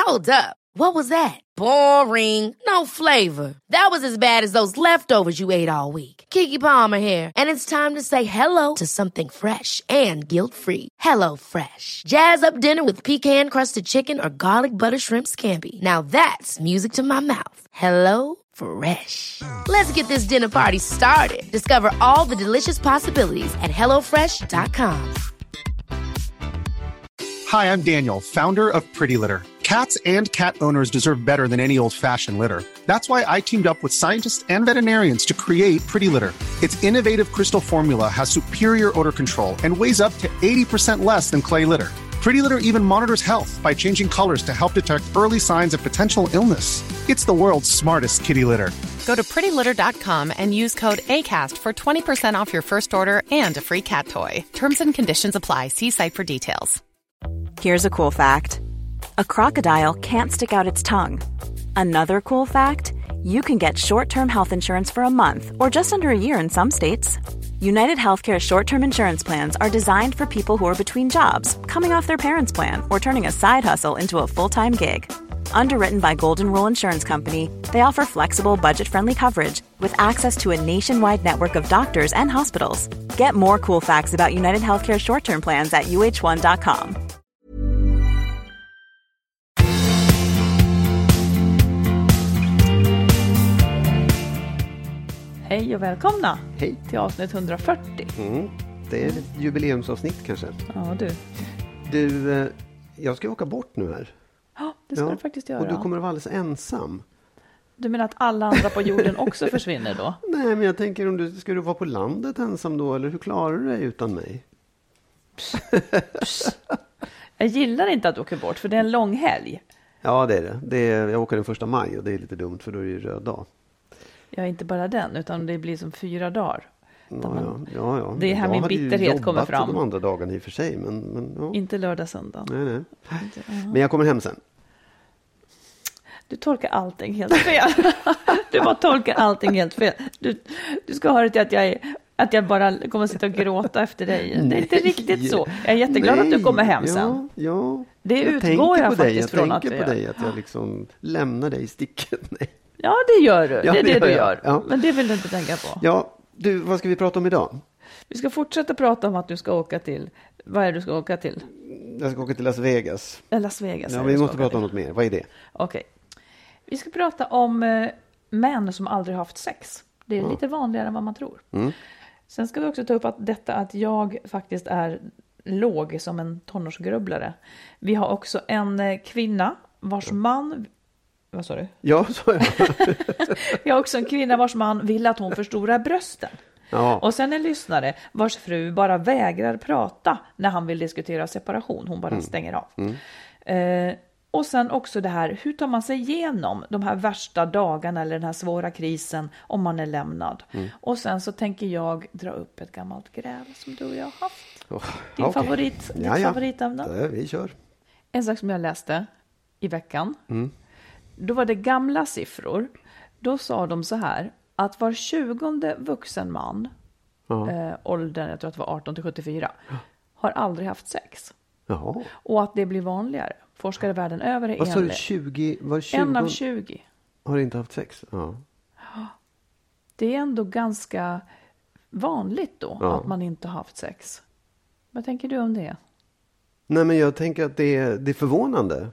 Hold up. What was that? Boring. No flavor. That was as bad as those leftovers you ate all week. Keke Palmer here, and it's time to say hello to something fresh and guilt-free. Hello Fresh. Jazz up dinner with pecan-crusted chicken or garlic butter shrimp scampi. Now that's music to my mouth. Hello Fresh. Let's get this dinner party started. Discover all the delicious possibilities at hellofresh.com. Hi, I'm Daniel, founder of Pretty Litter. Cats and cat owners deserve better than any old-fashioned litter. That's why I teamed up with scientists and veterinarians to create Pretty Litter. Its innovative crystal formula has superior odor control and weighs up to 80% less than clay litter. Pretty Litter even monitors health by changing colors to help detect early signs of potential illness. It's the world's smartest kitty litter. Go to prettylitter.com and use code ACAST for 20% off your first order and a free cat toy. Terms and conditions apply. See site for details. Here's a cool fact. A crocodile can't stick out its tongue. Another cool fact, you can get short-term health insurance for a month or just under a year in some states. United Healthcare short-term insurance plans are designed for people who are between jobs, coming off their parents' plan, or turning a side hustle into a full-time gig. Underwritten by Golden Rule Insurance Company, they offer flexible, budget-friendly coverage with access to a nationwide network of doctors and hospitals. Get more cool facts about United Healthcare short-term plans at uh1.com. Hej och välkomna. Hej. Till avsnitt 140. Det är ett jubileumsavsnitt kanske. Ja, du. Du, jag ska åka bort nu här. Ja, det ska du faktiskt göra. Och du kommer att vara alldeles ensam. Du menar att alla andra på jorden också försvinner då? Nej, men jag tänker ska du vara på landet ensam då? Eller hur klarar du dig utan mig? Jag gillar inte att du åker bort för det är en lång helg. Ja, det är jag åker den 1 maj och det är lite dumt för då är det ju röd dag. Ja, inte bara den, utan det blir som 4 dagar. Ja. Det är här min bitterhet kommer fram. De andra dagarna i och för sig, men ja. Inte lördag, söndag. Nej. Men jag kommer hem sen. Du tolkar allting helt fel. Du bara tolkar allting helt fel. Du ska höra till att jag bara kommer att sitta och gråta efter dig. Det är inte riktigt så. Jag är jätteglad att du kommer hem sen. Ja. Det utgår jag faktiskt från att jag tänker på dig, att jag liksom lämnar dig i sticket. Nej. Ja, det gör du. Ja, det är det du gör. Ja. Men det vill du inte tänka på. Ja, du, vad ska vi prata om idag? Vi ska fortsätta prata om att du ska åka till... Vad är det du ska åka till? Jag ska åka till Las Vegas. Las Vegas. Ja, vi måste prata om något mer. Vad är det? Okej. Vi ska prata om män som aldrig haft sex. Det är lite vanligare än vad man tror. Sen ska vi också ta upp att jag faktiskt är låg som en tonårsgrubblare. Vi har också en kvinna vars man... Vad sa du? Ja, så jag. Vi har också en kvinna vars man vill att hon förstorar brösten. Ja. Och sen en lyssnare vars fru bara vägrar prata när han vill diskutera separation. Hon bara stänger av. Och sen också det här, hur tar man sig igenom de här värsta dagarna eller den här svåra krisen om man är lämnad. Och sen så tänker jag dra upp ett gammalt gräv som du och jag har haft. Ditt favoritämne. Vi kör. En sak som jag läste i veckan. Då var det gamla siffror. Då sa de så här, att var 20:e vuxen man, åldern, jag tror att det var 18-74, har aldrig haft sex. Jaha. Och att det blir vanligare. Forskare världen över är vad sa du, 20? Var 20? En av 20. Har inte haft sex? Ja. Det är ändå ganska vanligt då att man inte har haft sex. Vad tänker du om det? Nej, men jag tänker att det är förvånande.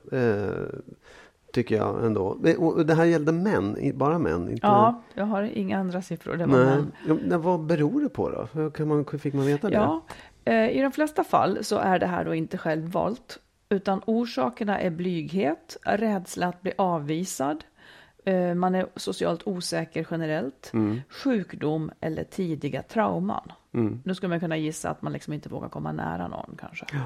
Tycker jag ändå. Och det här gällde män, bara män. Inte... Ja, jag har inga andra siffror. Det var män. Ja, vad beror det på då? Fick man veta det? Ja, i de flesta fall så är det här då inte självvalt. Utan orsakerna är blyghet, rädsla att bli avvisad. Man är socialt osäker generellt. Sjukdom eller tidiga trauman. Nu skulle man kunna gissa att man liksom inte vågar komma nära någon kanske. Ja.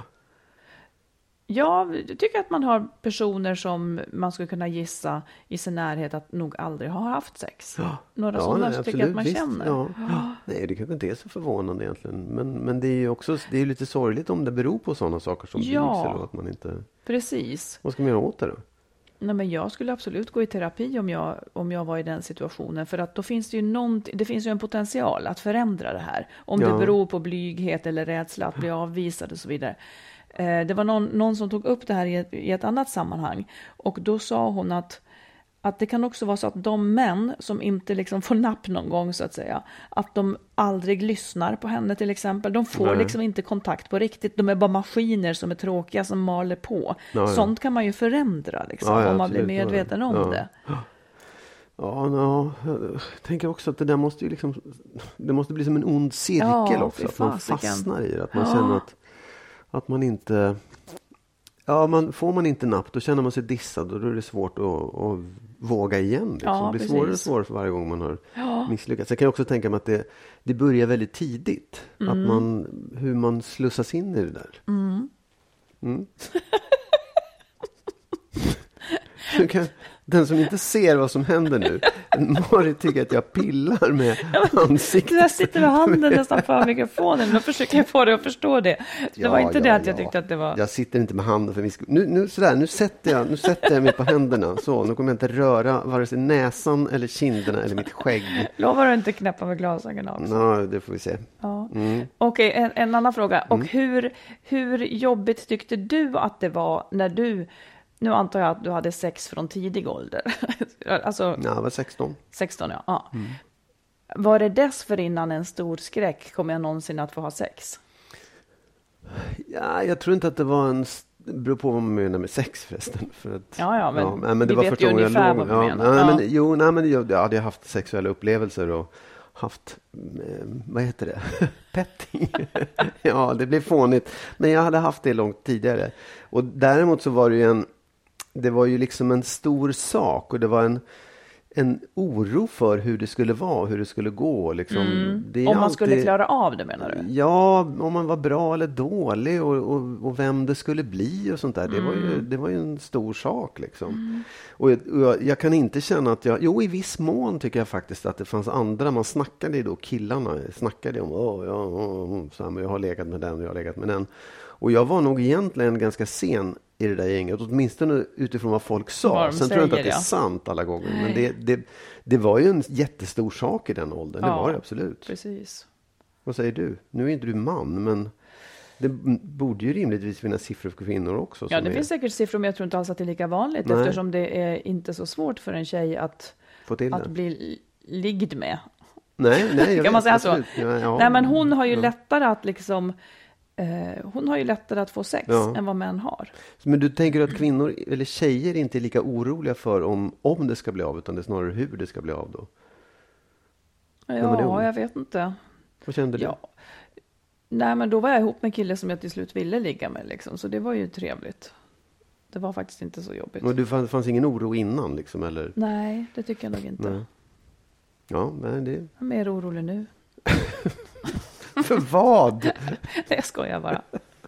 Jag tycker att man har personer som man skulle kunna gissa i sin närhet att nog aldrig har haft sex. Ja. Några sådana som tycker att man känner. Ja. Nej, det kanske inte är så förvånande egentligen. Men det är ju också lite sorgligt om det beror på sådana saker som blygsel och att man inte... Precis. Vad ska man göra åt det då? Nej, men jag skulle absolut gå i terapi om jag var i den situationen. För att då finns det ju det finns ju en potential att förändra det här. Om det beror på blyghet eller rädsla att bli avvisad och så vidare. Det var någon som tog upp det här i ett annat sammanhang. Och då sa hon att det kan också vara så att de män som inte liksom får napp någon gång så att säga, att de aldrig lyssnar på henne till exempel. De får liksom inte kontakt på riktigt. De är bara maskiner som är tråkiga som maler på. Sånt kan man ju förändra liksom, om man blir medveten om det. Ja, jag tänker också att det där måste ju liksom, det måste bli som en ond cirkel också. Att man fastnar i det. Att man känner att man inte... Ja, får man inte napp, då känner man sig dissad och då är det svårt att våga igen. Liksom. Det blir svårare och svårare för varje gång man har misslyckats. Jag kan också tänka mig att det börjar väldigt tidigt. Att hur man slussas in i det där. Den som inte ser vad som händer nu, Marit tycker att jag pillar med ansiktet. Jag sitter med handen nästan för mikrofonen. Då försöker jag få dig att förstå det. Det var inte det att jag tyckte att det var... Jag sitter inte med handen för nu sätter jag mig på händerna. Så, nu kommer jag inte röra vare sig näsan eller kinderna eller mitt skägg. Lovar du inte knäppa med glasögonen också? Nej, det får vi se. Ja. Okej, en annan fråga. Och hur jobbigt tyckte du att det var när du... Nu antar jag att du hade sex från tidig ålder. Alltså, jag var 16. 16, ja. Var det dessförinnan en stor skräck? Kommer jag någonsin att få ha sex? Ja, jag tror inte att det var det beror på vad man menar med sex förresten. För att, men det var vet ju ungefär vad man menar. Jag hade haft sexuella upplevelser och haft, vad heter det? Petting. Ja, det blev fånigt. Men jag hade haft det långt tidigare. Och däremot så var det var ju liksom en stor sak och det var en oro för hur det skulle vara, hur det skulle gå. Liksom. Om man skulle klara av det, menar du? Ja, om man var bra eller dålig och vem det skulle bli och sånt där. Det var ju en stor sak liksom. Och jag kan inte känna att i viss mån tycker jag faktiskt att det fanns andra, man snackade då, killarna snackade om, så här, jag har legat med den och jag har legat med den. Och jag var nog egentligen ganska sen i det där gänget, åtminstone utifrån vad folk sa. Sen tror jag inte att det är sant alla gånger. Men det var ju en jättestor sak i den åldern. Det var det absolut. Precis. Vad säger du? Nu är inte du man, men det borde ju rimligtvis finnas siffror för kvinnor också. Ja, det finns säkert siffror, men jag tror inte alls att det är lika vanligt. Nej. Eftersom det är inte så svårt för en tjej att bli liggd med. Nej, kan man säga så? Ja. Nej, men hon har ju lättare att liksom... hon har ju lättare att få sex än vad män har. Men du tänker att kvinnor eller tjejer inte är lika oroliga för om det ska bli av, utan det är snarare hur det ska bli av då? Ja, jag vet inte. Vad kände du? Ja. Nej, men då var jag ihop med en kille som jag till slut ville ligga med liksom, så det var ju trevligt. Det var faktiskt inte så jobbigt. Och det fanns ingen oro innan liksom, eller? Nej, det tycker jag nog inte. Nej. Ja, men det... Jag är mer orolig nu. För vad? Jag skojar bara.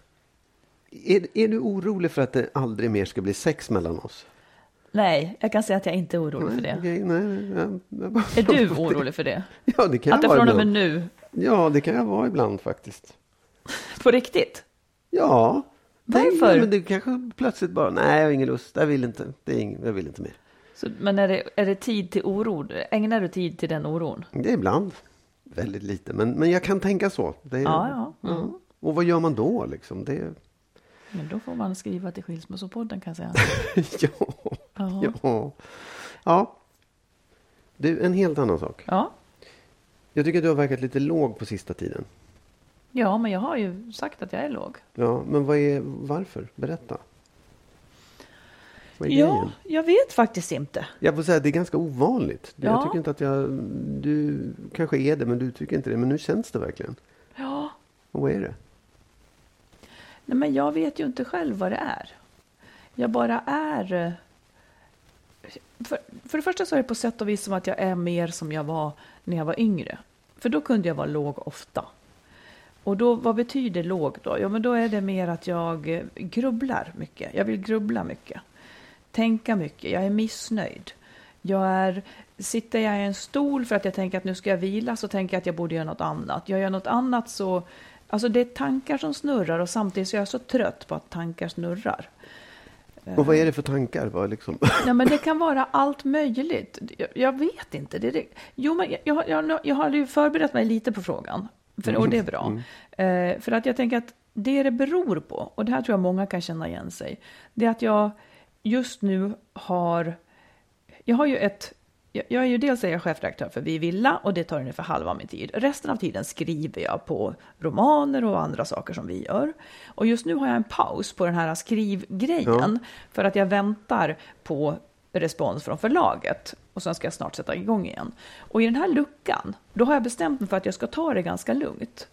Är du orolig för att det aldrig mer ska bli sex mellan oss? Nej, jag kan säga att jag inte är orolig för det. Okay, är du orolig för det? Ja, det kan att jag vara. Att det från och med nu? Ja, det kan jag vara ibland faktiskt. På riktigt? Ja. Varför? Men det kanske plötsligt bara, nej, jag har ingen lust. Jag vill inte mer. Så, men är det tid till oro? Ägnar du tid till den oron? Det är ibland. Väldigt lite, men jag kan tänka så. Det är, ja. Och vad gör man då liksom? Men då får man skriva till Skilsmässopodden, kan jag säga. Ja. Du, en helt annan sak. Ja. Jag tycker att du har verkat lite låg på sista tiden. Ja, men jag har ju sagt att jag är låg. Ja, men varför? Berätta. Ja, jag vet faktiskt inte. Jag får säga att det är ganska ovanligt. Ja. Jag tycker inte att du kanske är det, men du tycker inte det. Men nu känns det verkligen. Ja. Och vad är det? Nej, men jag vet ju inte själv vad det är. Jag bara är... För det första så är det på sätt och vis som att jag är mer som jag var när jag var yngre. För då kunde jag vara låg ofta. Och då, vad betyder låg då? Ja, men då är det mer att jag grubblar mycket. Jag vill grubbla mycket. Tänka mycket. Jag är missnöjd. Sitter jag i en stol för att jag tänker att nu ska jag vila, så tänker jag att jag borde göra något annat. Jag gör något annat så... Alltså det är tankar som snurrar, och samtidigt så är jag så trött på att tankar snurrar. Och vad är det för tankar? Liksom? Ja, men det kan vara allt möjligt. Jag vet inte. Jo, men jag hade ju förberett mig lite på frågan. Och det är bra. För att jag tänker att det beror på, och det här tror jag många kan känna igen sig, det är att jag just nu jag är ju dels chefredaktör för Vi Villa, och det tar ungefär halva min tid. Resten av tiden skriver jag på romaner och andra saker som vi gör. Och just nu har jag en paus på den här skrivgrejen för att jag väntar på respons från förlaget. Och sen ska jag snart sätta igång igen. Och i den här luckan, då har jag bestämt mig för att jag ska ta det ganska lugnt.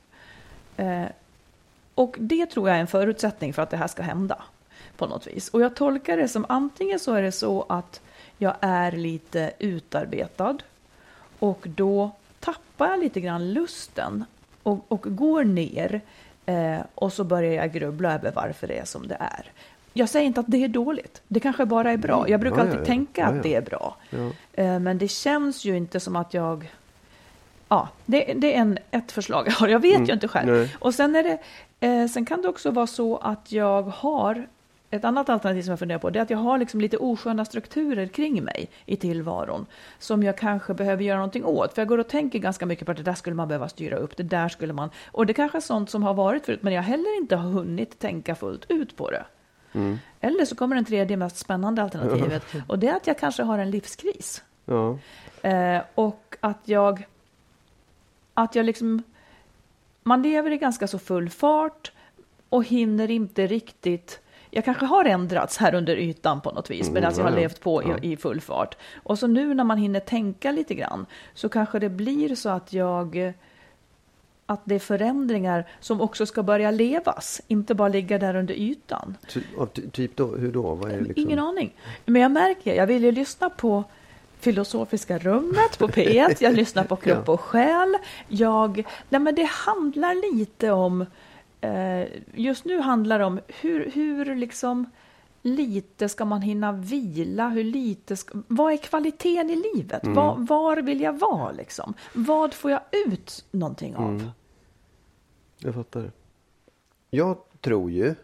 Och det tror jag är en förutsättning för att det här ska hända på något vis. Och jag tolkar det som antingen så är det så att jag är lite utarbetad och då tappar jag lite grann lusten och går ner och så börjar jag grubbla över varför det är som det är. Jag säger inte att det är dåligt, det kanske bara är bra. Jag brukar alltid tänka att det är bra. Men det känns ju inte som att jag... Ja, det är ett förslag jag har. Jag vet ju inte själv. Nej. Och sen kan det också vara så att jag har... Ett annat alternativ som jag funderar på, det är att jag har liksom lite osköna strukturer kring mig i tillvaron som jag kanske behöver göra någonting åt. För jag går och tänker ganska mycket på att det där skulle man behöva styra upp, det där skulle man... Och det kanske är sånt som har varit förut, men jag heller inte har hunnit tänka fullt ut på det. Eller så kommer den tredje mest spännande alternativet, och det är att jag kanske har en livskris. Och att jag liksom... Man lever i ganska så full fart och hinner inte riktigt... Jag kanske har ändrats här under ytan på något vis, men alltså jag har levt på i full fart. Och så nu när man hinner tänka lite grann så kanske det blir så att det är förändringar som också ska börja levas, inte bara ligga där under ytan. Typ då, hur då? Vad är det liksom? Ingen aning. Men jag vill ju lyssna på Filosofiska rummet på P1, jag lyssnar på Kropp och själ. Men det handlar lite om... Just nu handlar det om hur liksom lite ska man hinna vila, vad är kvaliteten i livet? Var vill jag vara liksom? Vad får jag ut någonting av? Jag fattar. Jag tror ju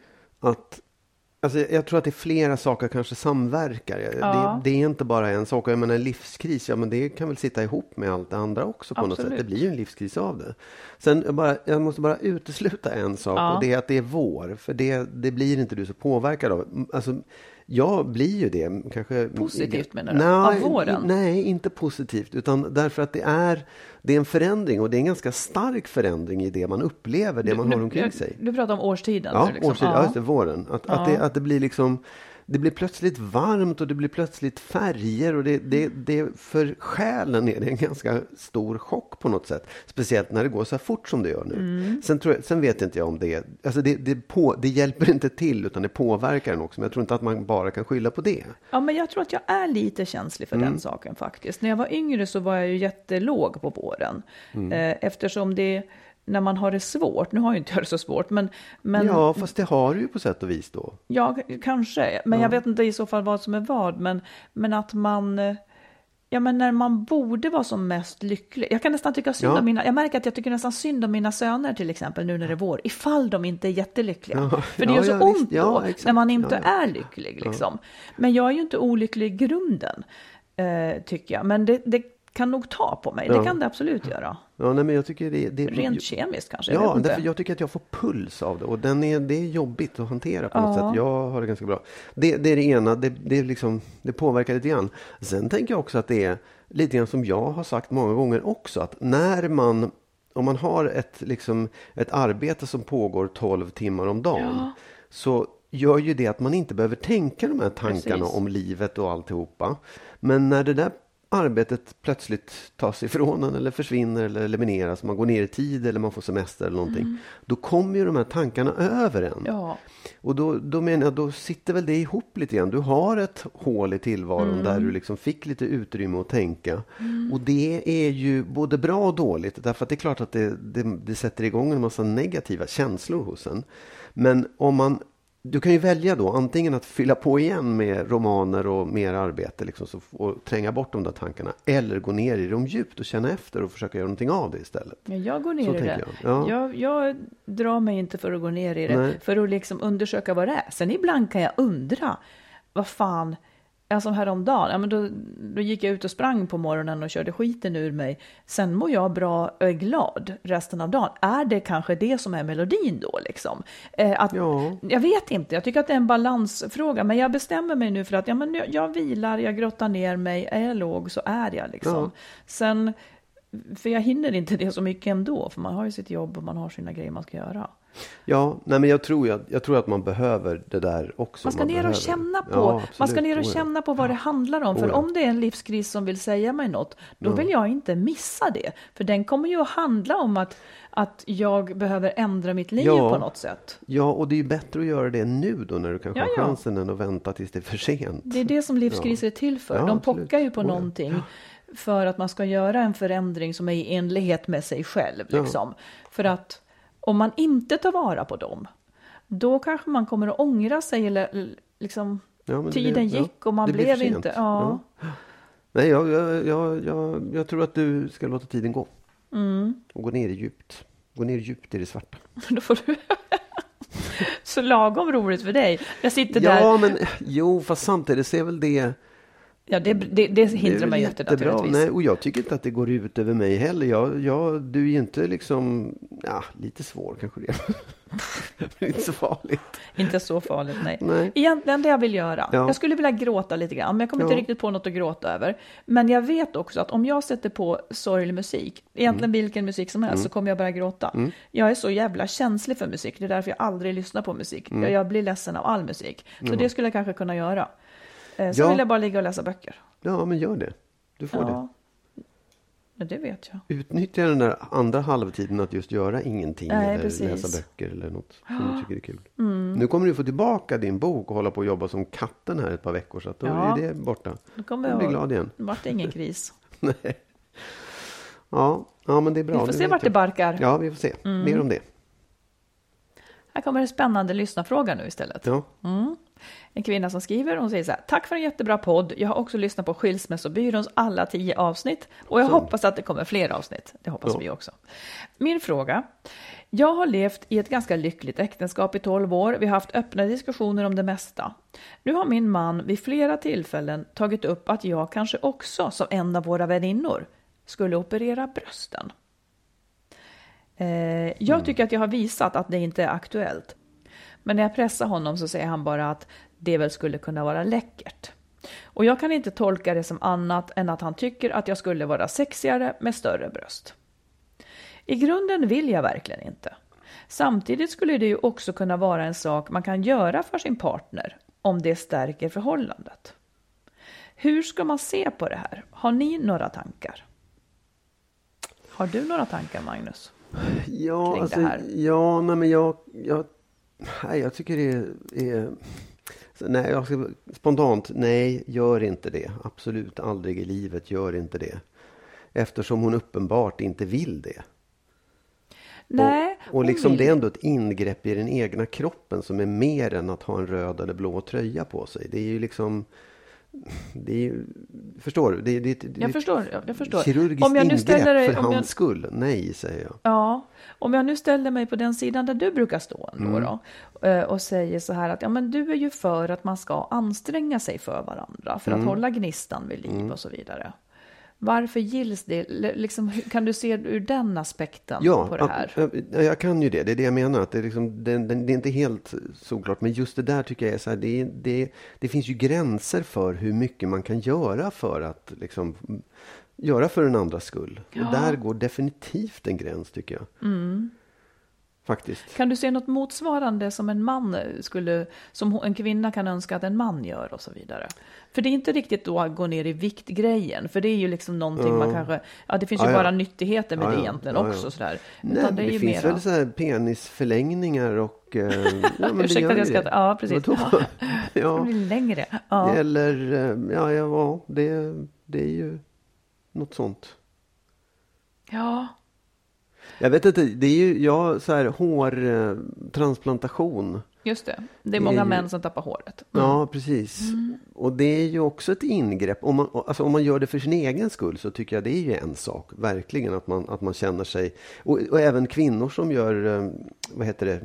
att jag tror att det är flera saker kanske samverkar. Det är inte bara en sak. Jag menar livskris, men det kan väl sitta ihop med allt det andra också på något sätt. Det blir ju en livskris av det. Sen jag måste bara utesluta en sak, och det är att det är vår. För det blir inte du så påverkad av. Alltså, jag blir ju det. Kanske, positivt menar du? Av våren? Nej, inte positivt. Utan därför att det är en förändring, och det är en ganska stark förändring i det man upplever, det man har omkring sig. Du pratar om årstiden? Ja, liksom. Årstiden, just det, våren. Att det blir liksom... Det blir plötsligt varmt och det blir plötsligt färger, och det för själen är det en ganska stor chock på något sätt. Speciellt när det går så här fort som det gör nu. Sen vet inte jag om det... Alltså det hjälper inte till, utan det påverkar den också. Men jag tror inte att man bara kan skylla på det. Ja, men jag tror att jag är lite känslig för den saken faktiskt. När jag var yngre så var jag ju jättelåg på våren. Eftersom när man har det svårt, nu har ju inte jag det så svårt, men... Ja, fast det har du ju på sätt och vis då. Ja, kanske. Men jag vet inte i så fall vad som är vad. Men att man... Ja, men när man borde vara som mest lycklig. Jag kan nästan tycka synd om jag märker att jag tycker nästan synd om mina söner till exempel nu när det är vår. Ifall de inte är jättelyckliga. För det är ju så ont då när man inte är lycklig liksom. Men jag är ju inte olycklig i grunden, tycker jag. Men det kan nog ta på mig. Det kan det absolut göra. Ja, nej, men jag tycker det rent kemiskt kanske. Ja, därför jag tycker att jag får puls av det. Och det är jobbigt att hantera på något sätt. Jag har det ganska bra. Det är det ena. Det liksom, det påverkar lite grann. Sen tänker jag också att det är lite grann som jag har sagt många gånger också. Att om man har ett arbete som pågår 12 timmar om dagen. Så gör ju det att man inte behöver tänka de här tankarna om livet och alltihopa. Men när det där arbetet plötsligt tas ifrån en eller försvinner eller elimineras, man går ner i tid eller man får semester eller någonting, då kommer ju de här tankarna över en. Ja. Och då menar jag, då sitter väl det ihop lite grann. Du har ett hål i tillvaron där du liksom fick lite utrymme att tänka. Och det är ju både bra och dåligt, därför att det är klart att det sätter igång en massa negativa känslor hos en. Men du kan ju välja då antingen att fylla på igen med romaner och mer arbete liksom, och tränga bort de där tankarna, eller gå ner i dem djupt och känna efter och försöka göra någonting av det istället. Ja, jag går ner i det. Jag drar mig inte för att gå ner i det. Nej. För att liksom undersöka vad det är. Sen ibland kan jag undra, vad fan, Som häromdagen, ja, men då gick jag ut och sprang på morgonen och körde skiten ur mig. Sen mår jag bra och är glad resten av dagen. Är det kanske det som är melodin då liksom? Jag vet inte, jag tycker att det är en balansfråga. Men jag bestämmer mig nu för att jag vilar, jag grottar ner mig. Är jag låg så är jag liksom. Ja. Sen, för jag hinner inte det så mycket ändå. För man har ju sitt jobb och man har sina grejer man ska göra. Ja, nej, men jag tror att man behöver det där också. Man ska ner och känna på, man ska ner och känna på vad det handlar om. För om det är en livskris som vill säga mig något, då vill jag inte missa det. För den kommer ju att handla om att jag behöver ändra mitt liv på något sätt. Ja, och det är ju bättre att göra det nu då när du kanske har chansen än att vänta tills det är för sent. Det är det som livskriser är till för. De pockar ju på någonting för att man ska göra en förändring som är i enlighet med sig själv. Liksom. För att om man inte tar vara på dem, då kanske man kommer att ångra sig eller liksom tiden gick och man blev inte. Ja. Nej, jag tror att du ska låta tiden gå. Och gå ner djupt. Gå ner djupt i det svarta. Då får du så lagom roligt för dig. Jag sitter där. Fast samtidigt ser väl det. Ja, det hindrar mig inte naturligtvis. Nej, och jag tycker inte att det går ut över mig heller. Du är ju inte liksom, lite svår kanske det. Det är inte så farligt. Inte så farligt, nej. Egentligen det jag vill göra. Jag skulle vilja gråta lite grann, men jag kommer inte riktigt på något att gråta över. Men jag vet också att om jag sätter på sorglig musik, egentligen vilken musik som helst, så kommer jag börja gråta. Jag är så jävla känslig för musik. Det är därför jag aldrig lyssnar på musik. Jag blir ledsen av all musik. Så det skulle jag kanske kunna göra. Så vill jag bara ligga och läsa böcker. Ja, men gör det. Du får det. Ja, det vet jag. Utnyttja den där andra halvtiden att just göra ingenting. Eller läsa böcker eller något som du tycker är kul. Nu kommer du få tillbaka din bok och hålla på och jobba som katten här ett par veckor. Så att då är det borta. Då kommer jag bli glad igen. Det vart ingen kris. Nej. Ja, men det är bra. Vi får se vart det barkar. Ja, vi får se. Mer om det. Här kommer en spännande lyssnarfråga nu istället. Ja. En kvinna som skriver, hon säger så här: tack för en jättebra podd. Jag har också lyssnat på Skilsmässobyråns alla 10 avsnitt. Och jag hoppas att det kommer fler avsnitt. Det hoppas vi också. Min fråga: jag har levt i ett ganska lyckligt äktenskap i 12 år. Vi har haft öppna diskussioner om det mesta. Nu har min man vid flera tillfällen tagit upp att jag kanske också, som en av våra väninnor, skulle operera brösten. Jag tycker att jag har visat att det inte är aktuellt. Men när jag pressar honom så säger han bara att det väl skulle kunna vara läckert. Och jag kan inte tolka det som annat än att han tycker att jag skulle vara sexigare med större bröst. I grunden vill jag verkligen inte. Samtidigt skulle det ju också kunna vara en sak man kan göra för sin partner om det stärker förhållandet. Hur ska man se på det här? Har ni några tankar? Har du några tankar, Magnus? Ja, alltså, jag tycker det är spontant, nej, gör inte det. Absolut aldrig i livet, gör inte det. Eftersom hon uppenbart inte vill det. Nej, och liksom det är ändå ett ingrepp i den egna kroppen som är mer än att ha en röd eller blå tröja på sig. Det är ju liksom, det är ju, förstår du? Jag förstår. Kirurgiskt om jag nu ingrepp för hans skull. Nej, säger jag. Ja, om jag nu ställer mig på den sidan där du brukar stå då, och säger så här att men du är ju för att man ska anstränga sig för varandra för att hålla gnistan vid liv och så vidare. Varför gills det? Liksom, kan du se ur den aspekten på det här? Ja, jag kan ju det. Det är det jag menar. Att det, liksom, det är inte helt såklart. Men just det där tycker jag är så här. Det finns ju gränser för hur mycket man kan göra för att liksom, göra för en andras skull. Ja. Och där går definitivt en gräns, tycker jag. Faktiskt. Kan du se något motsvarande som en man som en kvinna kan önska att en man gör och så vidare? För det är inte riktigt då att gå ner i viktgrejen. För det är ju liksom någonting man kanske, det finns ju bara nyttigheter med det egentligen också. Sådär. Nej, det finns mera väl så här penisförlängningar och ursäkta att jag skrattar. Ja, precis. Det blir längre. Ja. Eller, det är ju något sånt. Ja. Jag vet inte, det är ju så här hårtransplantation. Just det. Det är många män som tappar håret. Ja, precis. Och det är ju också ett ingrepp. Om man gör det för sin egen skull så tycker jag det är ju en sak. Verkligen att man känner sig. Och även kvinnor som gör,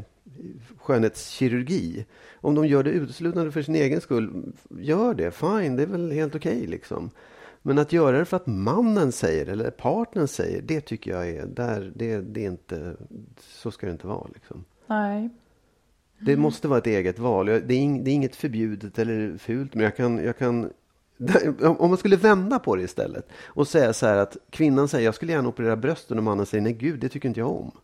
skönhetskirurgi. Om de gör det uteslutande för sin egen skull, gör det, fine, det är väl helt okej liksom. Men att göra det för att mannen säger eller partnern säger, det tycker jag är det är inte, så ska det inte vara liksom. Nej. Det måste vara ett eget val. Det är inget förbjudet eller fult, men jag kan om man skulle vända på det istället och säga så här att kvinnan säger jag skulle gärna operera brösten och mannen säger nej gud, det tycker inte jag om.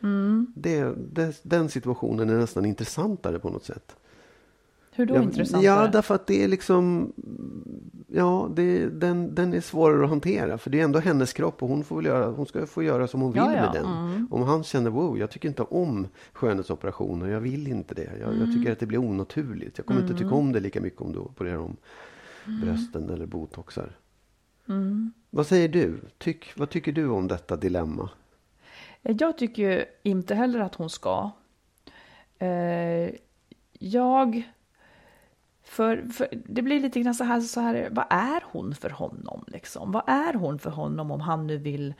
Den situationen är nästan intressantare på något sätt. Hur då intressantare? Ja, därför att det är liksom den är svårare att hantera, för det är ändå hennes kropp och hon ska få göra som hon vill med den. Om han känner wow, jag tycker inte om skönhetsoperationer, jag vill inte det. Jag tycker att det blir onaturligt. Jag kommer inte tycka om det lika mycket om du opererar om brösten eller botoxar. Vad säger du? Vad tycker du om detta dilemma? Jag tycker ju inte heller att hon ska. För det blir lite grann så här, vad är hon för honom liksom? Vad är hon för honom om han nu vill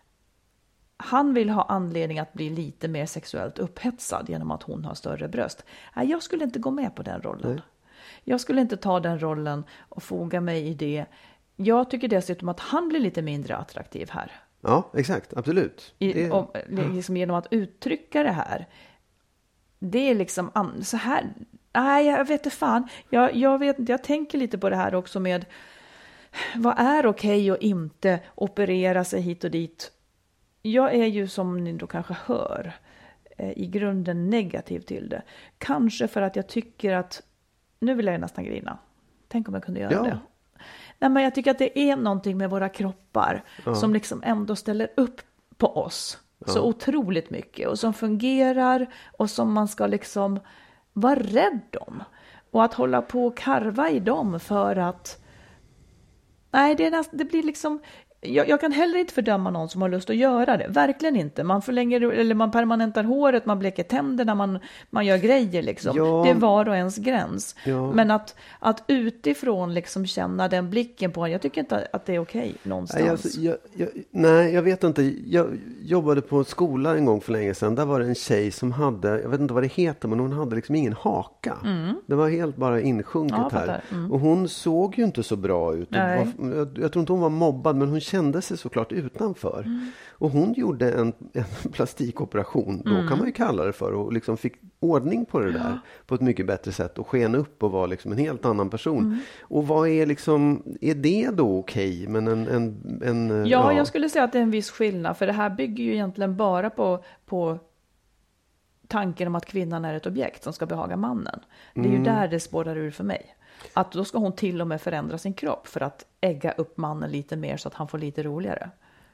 ha anledning att bli lite mer sexuellt upphetsad genom att hon har större bröst? Nej, jag skulle inte gå med på den rollen. Nej. Jag skulle inte ta den rollen och foga mig i det. Jag tycker dessutom att han blir lite mindre attraktiv här. Ja, exakt. Absolut. Liksom genom att uttrycka det här. Det är liksom så här. Nej, jag vet inte fan. Jag tänker lite på det här också med vad är okej och inte operera sig hit och dit. Jag är ju, som ni då kanske hör, i grunden negativ till det. Kanske för att jag tycker att, nu vill jag nästan grina. Tänk om jag kunde göra det. Nej, men jag tycker att det är någonting med våra kroppar som liksom ändå ställer upp på oss så otroligt mycket. Och som fungerar och som man ska liksom vara rädd om. Och att hålla på och karva i dem för att... Nej, det blir liksom... Jag kan heller inte fördöma någon som har lust att göra det. Verkligen inte. Man förlänger eller man permanentar håret, man bleker tänderna, man gör grejer liksom. Ja. Det är var och ens gräns. Ja. Men att utifrån liksom känna den blicken på en, jag tycker inte att det är okej någonstans. Nej, jag vet inte. Jag jobbade på en skola en gång för länge sedan. Där var det en tjej som hade, jag vet inte vad det heter, men hon hade liksom ingen haka. Det var helt bara insjunket här. Och hon såg ju inte så bra ut. Jag tror inte hon var mobbad, men hon kände sig såklart utanför. Och hon gjorde en plastikoperation, då kan man ju kalla det för, och liksom fick ordning på det där på ett mycket bättre sätt och sken upp och var liksom en helt annan person. Och vad är liksom, är det då okej? Men jag skulle säga att det är en viss skillnad, för det här bygger ju egentligen bara på tanken om att kvinnan är ett objekt som ska behaga mannen. Det är ju där det spårar ur för mig. Att då ska hon till och med förändra sin kropp för att ägga upp mannen lite mer så att han får lite roligare.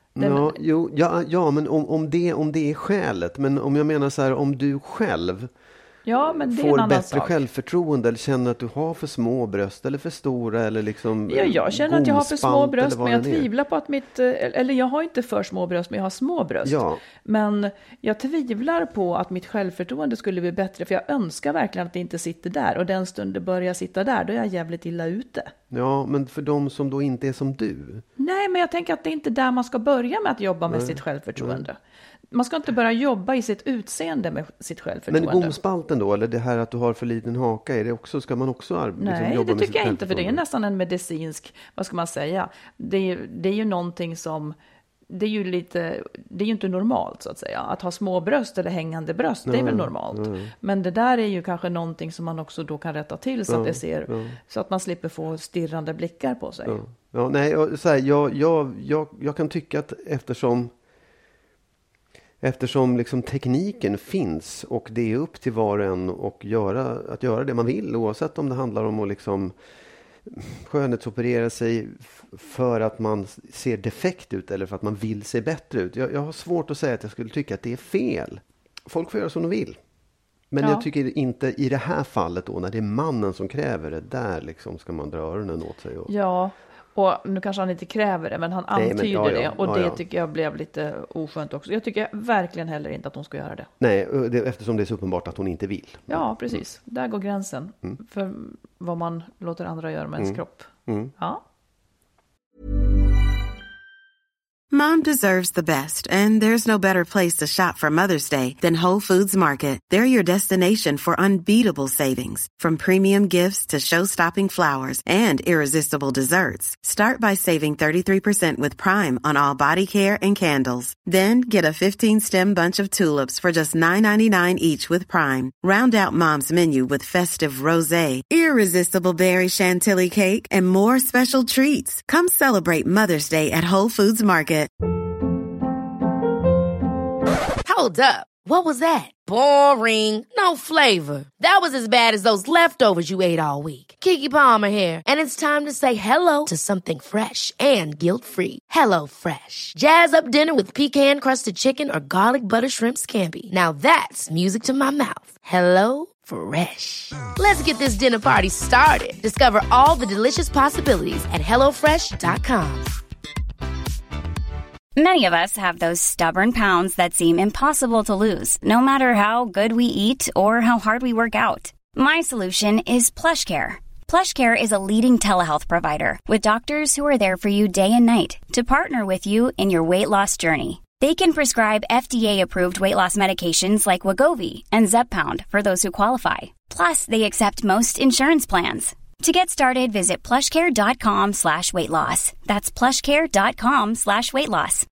Men om det är skälet. Men om jag menar så här, om du själv men det är får bättre självförtroende eller känner att du har för små bröst eller för stora eller liksom jag känner att jag har för små bröst, men jag tvivlar på att eller jag har inte för små bröst, men jag har små bröst. Men jag tvivlar på att mitt självförtroende skulle bli bättre, för jag önskar verkligen att det inte sitter där, och den stund det börjar sitta där, då är jag jävligt illa ute. Ja, men för de som då inte är som du. Nej, men jag tänker att det är inte där man ska börja med att jobba med sitt självförtroende. Man ska inte börja jobba i sitt utseende med sitt självförtroende. Men gomspalten då, eller det här att du har för liten haka, är det också, ska man också jobba med sitt självförtroende? Nej, det tycker jag inte, för det är nästan en medicinsk, vad ska man säga, det är ju någonting som, det är ju inte normalt så att säga. Att ha små bröst eller hängande bröst, det är väl normalt. Men det där är ju kanske någonting som man också då kan rätta till så att det ser, så att man slipper få stirrande blickar på sig. Jag kan tycka att eftersom liksom tekniken finns och det är upp till var och en och att göra det man vill, oavsett om det handlar om att liksom skönhetsoperera sig för att man ser defekt ut eller för att man vill se bättre ut. Jag har svårt att säga att jag skulle tycka att det är fel. Folk får göra som de vill. Men jag tycker inte i det här fallet då, när det är mannen som kräver det, där liksom ska man dra öronen åt sig. Och nu kanske han inte kräver det, men han antyder det. Och det tycker jag blev lite oskönt också. Jag tycker verkligen heller inte att hon ska göra det. Nej, eftersom det är så uppenbart att hon inte vill. Ja, precis. Där går gränsen för vad man låter andra göra med ens kropp. Ja. Mom deserves the best, and there's no better place to shop for Mother's Day than Whole Foods Market. They're your destination for unbeatable savings, from premium gifts to show-stopping flowers and irresistible desserts. Start by saving 33% with Prime on all body care and candles. Then get a 15-stem bunch of tulips for just $9.99 each with Prime. Round out Mom's menu with festive rosé, irresistible berry chantilly cake, and more special treats. Come celebrate Mother's Day at Whole Foods Market. Hold up. What was that? Boring. No flavor. That was as bad as those leftovers you ate all week. Keke Palmer here, and it's time to say hello to something fresh and guilt-free. Hello Fresh. Jazz up dinner with pecan-crusted chicken or garlic butter shrimp scampi. Now that's music to my mouth. Hello Fresh. Let's get this dinner party started. Discover all the delicious possibilities at hellofresh.com. Many of us have those stubborn pounds that seem impossible to lose, no matter how good we eat or how hard we work out. My solution is PlushCare. PlushCare is a leading telehealth provider with doctors who are there for you day and night to partner with you in your weight loss journey. They can prescribe FDA-approved weight loss medications like Wegovy and Zepbound for those who qualify. Plus, they accept most insurance plans. To get started, visit plushcare.com/weightloss. That's plushcare.com/weightloss.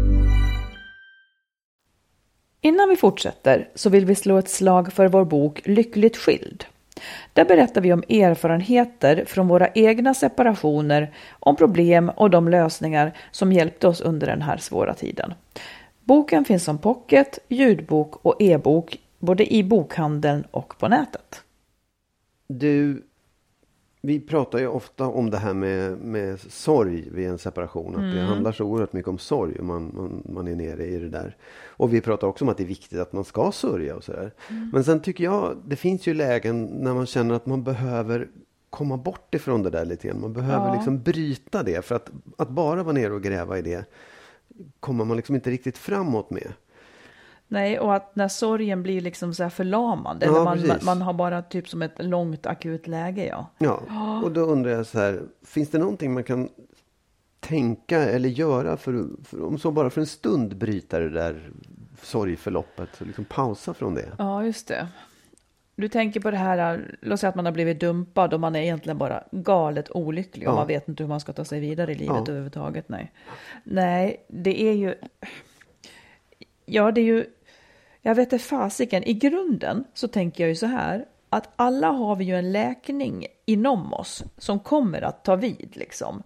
Innan vi fortsätter så vill vi slå ett slag för vår bok Lyckligt skild. Där berättar vi om erfarenheter från våra egna separationer, om problem och de lösningar som hjälpte oss under den här svåra tiden. Boken finns som pocket, ljudbok och e-bok både i bokhandeln och på nätet. Vi pratar ju ofta om det här med sorg vid en separation. Att det handlar så oerhört mycket om sorg om man är nere i det där. Och vi pratar också om att det är viktigt att man ska sörja och sådär. Men sen tycker jag, det finns ju lägen när man känner att man behöver komma bort ifrån det där lite grann. Man behöver liksom bryta det. För att bara vara nere och gräva i det kommer man liksom inte riktigt framåt med. Nej, och att när sorgen blir liksom så här förlamande. Ja, när man har bara typ som ett långt akut läge, Ja, och då undrar jag så här, finns det någonting man kan tänka eller göra för om så bara för en stund bryta det där sorgförloppet och liksom pausa från det? Ja, just det. Du tänker på det här, låt säga att man har blivit dumpad och man är egentligen bara galet olycklig och man vet inte hur man ska ta sig vidare i livet överhuvudtaget. Nej, det är ju... Ja, det är ju... Jag vet inte fasiken. I grunden så tänker jag ju så här, att alla har vi ju en läkning inom oss som kommer att ta vid liksom.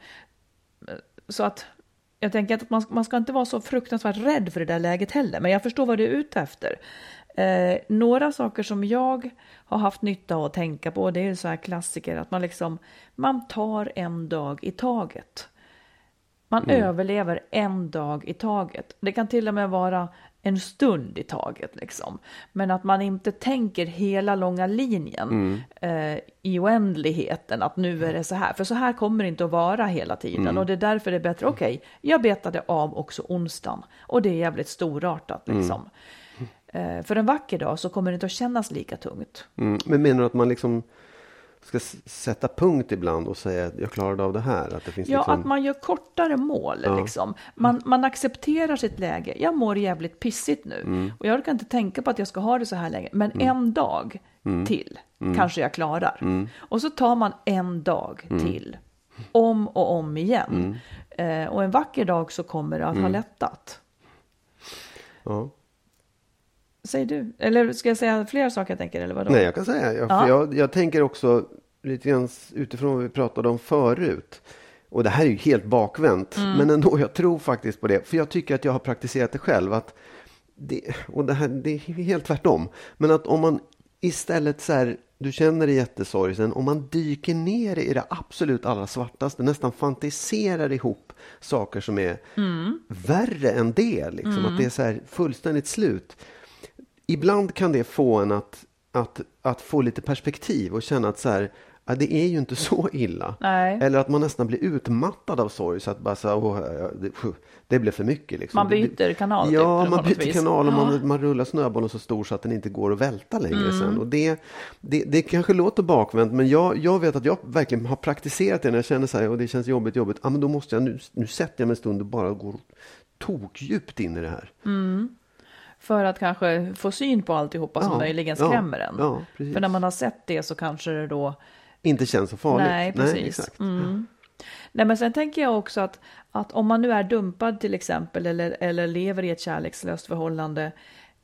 Så att jag tänker att man ska inte vara så fruktansvärt rädd för det där läget heller. Men jag förstår vad du är ute efter. Några saker som jag har haft nytta av att tänka på, det är ju så här klassiker att man tar en dag i taget. Man överlever en dag i taget. Det kan till och med vara en stund i taget liksom. Men att man inte tänker hela långa linjen i oändligheten att nu är det så här. För så här kommer det inte att vara hela tiden. Och det är därför det är bättre. Okej, jag betade av också onsdagen. Och det är jävligt storartat liksom. För en vacker dag så kommer det inte att kännas lika tungt. Men menar du att man liksom ska sätta punkt ibland och säga att jag klarade av det här? Att det finns att man gör kortare mål. Liksom. Man accepterar sitt läge. Jag mår jävligt pissigt nu. Och jag kan inte tänka på att jag ska ha det så här länge. Men en dag till kanske jag klarar. Och så tar man en dag till. Om och om igen. Och en vacker dag så kommer det att ha lättat. Ja. Säger du? Eller ska jag säga flera saker jag tänker? Eller vadå? Nej, jag kan säga. Jag tänker också lite grann utifrån vad vi pratade om förut. Och det här är ju helt bakvänt. Men ändå, jag tror faktiskt på det. För jag tycker att jag har praktiserat det själv. Det är helt tvärtom. Men att om man istället så här, du känner det jättesorgsen. Om man dyker ner i det absolut allra svartaste. Nästan fantiserar ihop saker som är värre än det. Liksom, att det är så här fullständigt slut. Ibland kan det få en att att få lite perspektiv och känna att så här, ja, det är ju inte så illa. Nej. Eller att man nästan blir utmattad av sorg så att bara så det blev för mycket. Liksom. Man byter kanal. Ja, typ, man byter kanal och man rullar snöbollen så stor så att den inte går att välta längre sen. Och det kanske låter bakvänt, men jag vet att jag verkligen har praktiserat det när jag känner så här, och det känns jobbigt. Ja, men då måste jag, nu sätter jag mig en stund och bara går tokdjupt in i det här. För att kanske få syn på alltihopa som möjligen skrämmer en. Ja, precis. För när man har sett det så kanske det då inte känns så farligt. Nej, precis. Nej, exakt. Nej, men sen tänker jag också att om man nu är dumpad till exempel eller lever i ett kärlekslöst förhållande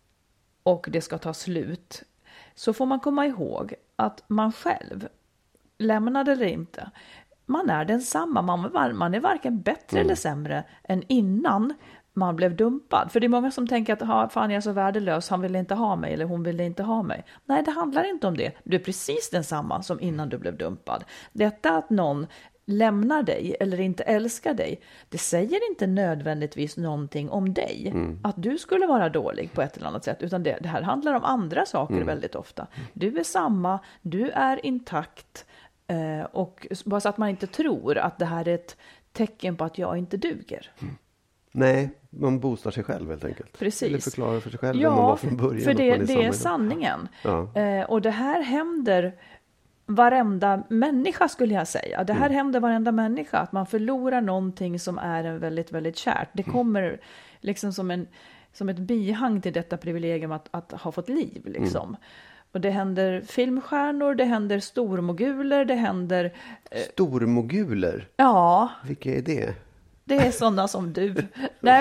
och det ska ta slut, så får man komma ihåg att man själv, lämnad eller inte, man är densamma. Man är varken bättre eller sämre än innan man blev dumpad. För det är många som tänker att fan, jag är så värdelös, han vill inte ha mig eller hon vill inte ha mig. Nej, det handlar inte om det. Du är precis densamma som innan du blev dumpad. Detta att någon lämnar dig eller inte älskar dig, det säger inte nödvändigtvis någonting om dig. Att du skulle vara dålig på ett eller annat sätt, utan det här handlar om andra saker väldigt ofta. Du är samma, du är intakt, och bara så att man inte tror att det här är ett tecken på att jag inte duger. Nej, man boostar sig själv helt enkelt. Precis. Eller förklarar för sig själv vem man var från början. För det är sanningen. Ja. Och det här händer varenda människa, skulle jag säga. Det här händer varenda människa. Att man förlorar någonting som är en väldigt, väldigt kärt. Det kommer liksom som ett bihang till detta privilegium att ha fått liv. Liksom. Och det händer filmstjärnor, det händer stormoguler, det händer... Stormoguler? Ja. Vilka är det? Det är sådana som du. Nej,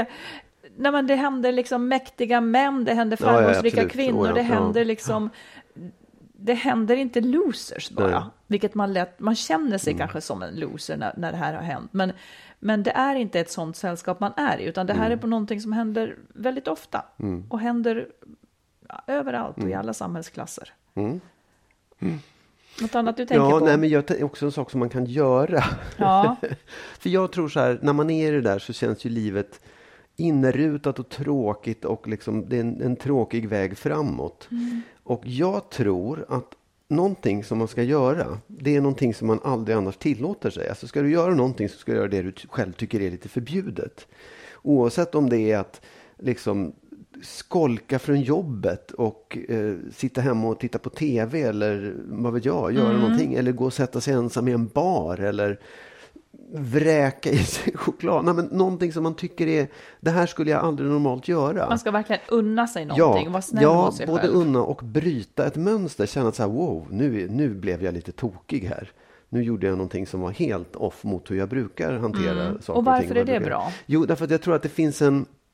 men det händer liksom mäktiga män, det händer framgångsrika kvinnor, det händer liksom... Det händer inte losers bara. Nej. Vilket man känner sig kanske som en loser när det här har hänt. Men det är inte ett sånt sällskap man är i. Utan det här är på någonting som händer väldigt ofta. Och händer överallt och i alla samhällsklasser. Något annat du tänker på? Nej, men jag också en sak som man kan göra. Ja. För jag tror så här, när man är i det där så känns ju livet inrutat och tråkigt och liksom, det är en tråkig väg framåt. Och jag tror att någonting som man ska göra, det är någonting som man aldrig annars tillåter sig. Alltså ska du göra någonting så ska du göra det du själv tycker är lite förbjudet. Oavsett om det är att liksom skolka från jobbet och sitta hemma och titta på tv eller vad vet jag, göra någonting, eller gå och sätta sig ensam i en bar eller vräka i sig choklad. Nej, men någonting som man tycker är, det här skulle jag aldrig normalt göra. Man ska verkligen unna sig någonting, vara snäll mot sig både själv. unna och bryta ett mönster, känna att så här, wow, nu blev jag lite tokig här. Nu gjorde jag någonting som var helt off mot hur jag brukar hantera saker och varför är det bra? Jo, därför att jag tror att det finns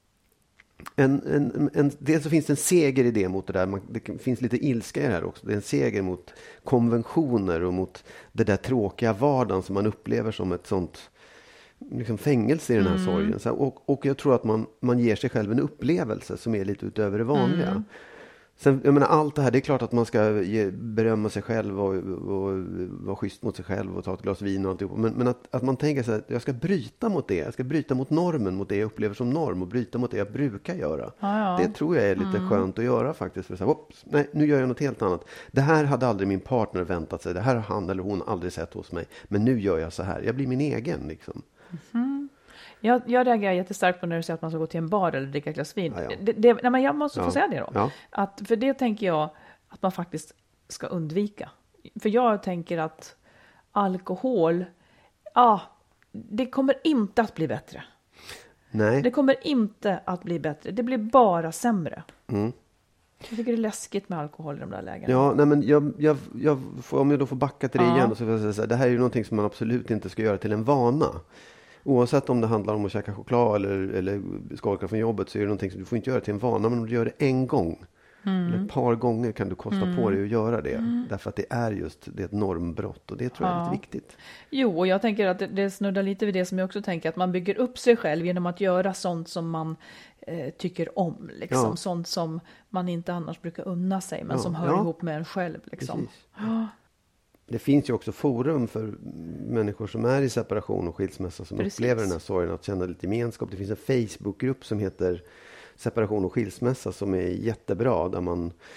dels så finns det en seger i det mot det där. Det finns lite ilska i det här också. Det är en seger mot konventioner och mot det där tråkiga vardagen som man upplever som ett sånt liksom fängelse i den här sorgen. Så, och jag tror att man ger sig själv en upplevelse som är lite utöver det vanliga. Sen, jag menar, allt det här, det är klart att man ska berömma sig själv och vara schysst mot sig själv och ta ett glas vin och alltihop. Men att man tänker så här, jag ska bryta mot det. Jag ska bryta mot normen, mot det jag upplever som norm och bryta mot det jag brukar göra. Det tror jag är lite skönt att göra faktiskt. För så här, nej, nu gör jag något helt annat. Det här hade aldrig min partner väntat sig. Det här har han eller hon aldrig sett hos mig. Men nu gör jag så här. Jag blir min egen liksom. Jag reagerar jättestarkt på när du säger att man ska gå till en bar eller dricka ett glas vin. Nej, men jag måste få säga det då. Ja. För det tänker jag att man faktiskt ska undvika. För jag tänker att alkohol, det kommer inte att bli bättre. Nej. Det kommer inte att bli bättre. Det blir bara sämre. Jag tycker det är läskigt med alkohol i de där lägena. Ja, nej, men om jag då får backa till det igen, så får jag säga så här, det här är ju någonting som man absolut inte ska göra till en vana. Oavsett om det handlar om att käka choklad eller skolka från jobbet, så är det någonting som du får inte göra till en vana, men om du gör det en gång eller ett par gånger kan du kosta på dig att göra det. Därför att det är ett normbrott, och det tror jag är lite viktigt. Jo, och jag tänker att det snuddar lite vid det som jag också tänker, att man bygger upp sig själv genom att göra sånt som man tycker om. Liksom. Sånt som man inte annars brukar unna sig, men som hör ihop med en själv. Liksom. Det finns ju också forum för människor som är i separation och skilsmässa som upplever den här sorgen, att känna lite gemenskap. Det finns en Facebookgrupp som heter Separation och skilsmässa som är jättebra, där man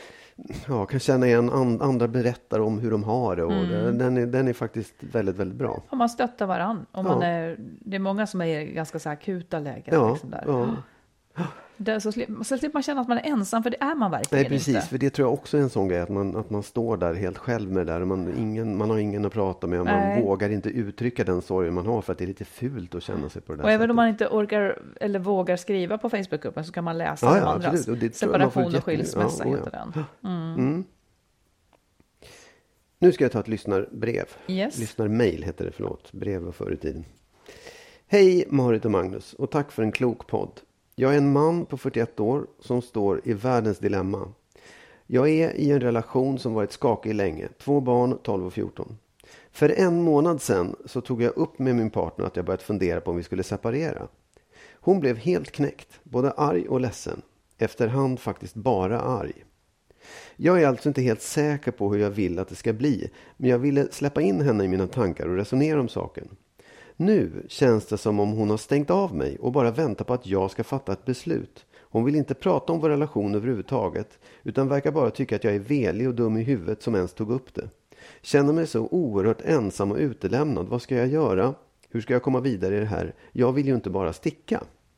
kan känna igen andra berättar om hur de har det. Och den är faktiskt väldigt, väldigt bra. Om man stöttar varann. Det är många som är i ganska så här akuta lägen. Liksom där. Så slipper man känna att man är ensam, för det är man verkligen inte. Nej, precis. För det tror jag också är en sån grej. Att man står där helt själv med det där. Man har ingen att prata med. Och man vågar inte uttrycka den sorgen man har. För att det är lite fult att känna sig på det där och sättet. Även om man inte orkar eller vågar skriva på Facebookgruppen, så kan man läsa de andras. Separation och skilsmässa heter den. Nu ska jag ta ett lyssnarbrev. Yes. Lyssnarmail heter det, förlåt. Brev var förr i tiden. Hej Marit och Magnus, och tack för en klok podd. Jag är en man på 41 år som står i världens dilemma. Jag är i en relation som varit skakig länge. 2 barn, 12 och 14. För 1 månad sedan så tog jag upp med min partner att jag börjat fundera på om vi skulle separera. Hon blev helt knäckt, både arg och ledsen. Efterhand faktiskt bara arg. Jag är alltså inte helt säker på hur jag vill att det ska bli, men jag ville släppa in henne i mina tankar och resonera om saken. Nu känns det som om hon har stängt av mig och bara väntar på att jag ska fatta ett beslut. Hon vill inte prata om vår relation överhuvudtaget, utan verkar bara tycka att jag är velig och dum i huvudet som ens tog upp det. Känner mig så oerhört ensam och utelämnad. Vad ska jag göra? Hur ska jag komma vidare i det här? Jag vill ju inte bara sticka.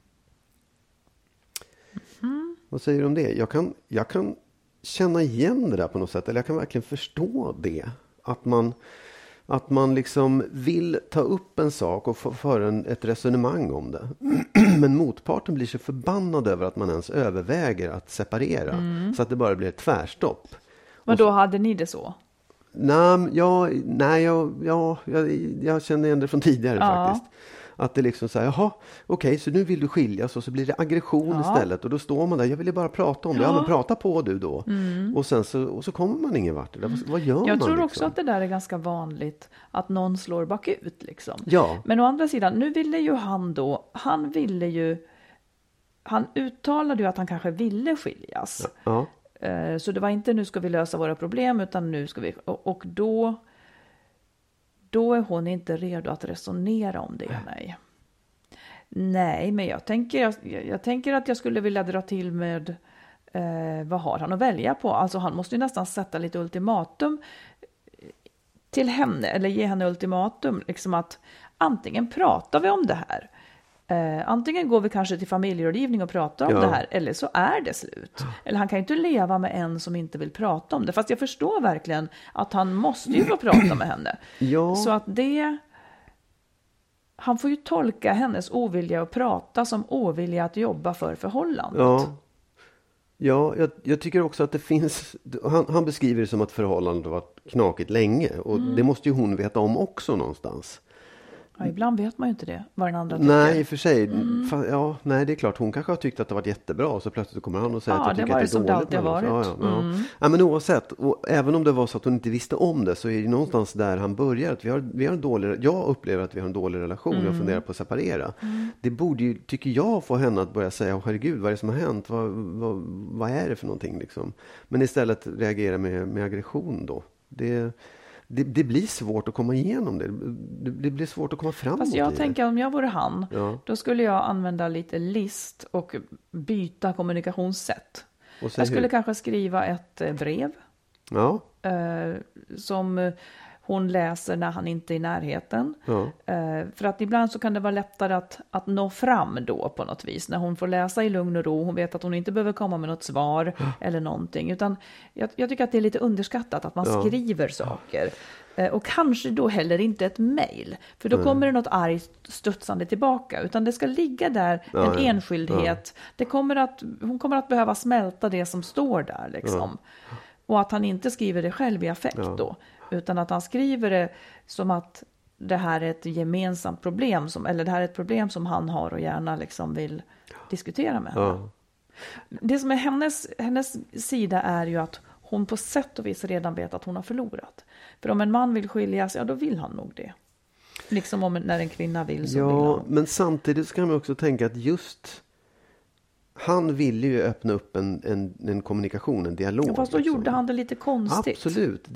Vad säger du om det? Jag kan känna igen det där på något sätt. Eller jag kan verkligen förstå det. Att man liksom vill ta upp en sak och föra ett resonemang om det. Men motparten blir så förbannad över att man ens överväger att separera. Så att det bara blir ett tvärstopp. Men då hade ni det så? Jag känner igen det från tidigare faktiskt. Att det liksom så här, okej, så nu vill du skiljas, och så blir det aggression istället. Och då står man där, jag ville bara prata om det. Ja, men prata på du då. Och sen så kommer man ingen vart. Vad gör man? Jag tror liksom? också att det där är ganska vanligt, att någon slår bakut liksom. Ja. Men å andra sidan, nu ville ju han uttalade ju att han kanske ville skiljas. Ja. Så det var inte nu ska vi lösa våra problem, utan nu ska vi, och då är hon inte redo att resonera om det. Nej, men jag tänker att jag skulle vilja dra till med vad har han att välja på? Alltså han måste ju nästan sätta lite ultimatum till henne, eller ge henne ultimatum, liksom att antingen pratar vi om det här. Antingen går vi kanske till familjerådgivning och pratar om det här, eller så är det slut. Eller han kan ju inte leva med en som inte vill prata om det. Fast jag förstår verkligen att han måste ju få prata med henne. Så att han får ju tolka hennes ovilja att prata som ovilja att jobba för förhållandet. Ja, jag tycker också att det finns... Han beskriver det som att förhållandet har varit knakigt länge. Och det måste ju hon veta om också någonstans. Ja, ibland vet man ju inte det, vad den andra tycker. Nej, i och för sig. Nej, det är klart. Hon kanske har tyckt att det varit jättebra, och så plötsligt kommer han och säger att jag tycker att det är dåligt. Det har varit. Ja, men oavsett, och även om det var så att hon inte visste om det, så är det någonstans där han börjar. Att vi har en dålig, jag upplever att vi har en dålig relation. Jag funderar på att separera. Det borde ju, tycker jag, få henne att börja säga, herregud, vad är det som har hänt? Vad är det för någonting liksom? Men istället reagera med aggression då. Det blir svårt att komma igenom det. Det blir svårt att komma framåt. Fast jag tänker, om jag vore han, då skulle jag använda lite list och byta kommunikationssätt. Jag skulle kanske skriva ett brev. Ja. Som hon läser när han inte är i närheten. För att ibland så kan det vara lättare att nå fram då på något vis. När hon får läsa i lugn och ro. Hon vet att hon inte behöver komma med något svar eller någonting. Utan jag tycker att det är lite underskattat att man skriver saker. Och kanske då heller inte ett mejl. För då kommer det något argt studsande tillbaka. Utan det ska ligga där en enskildhet. Hon kommer att behöva smälta det som står där liksom. Och att han inte skriver det själv i affekt då. Utan att han skriver det som att det här är ett gemensamt problem. Eller det här är ett problem som han har och gärna liksom vill diskutera med henne. Det som är hennes sida är ju att hon på sätt och vis redan vet att hon har förlorat. För om en man vill skiljas, då vill han nog det. Liksom när en kvinna vill så vill han. Men samtidigt ska man också tänka att just han ville ju öppna upp en kommunikation, en dialog. Ja, fast då gjorde han det lite konstigt. Absolut.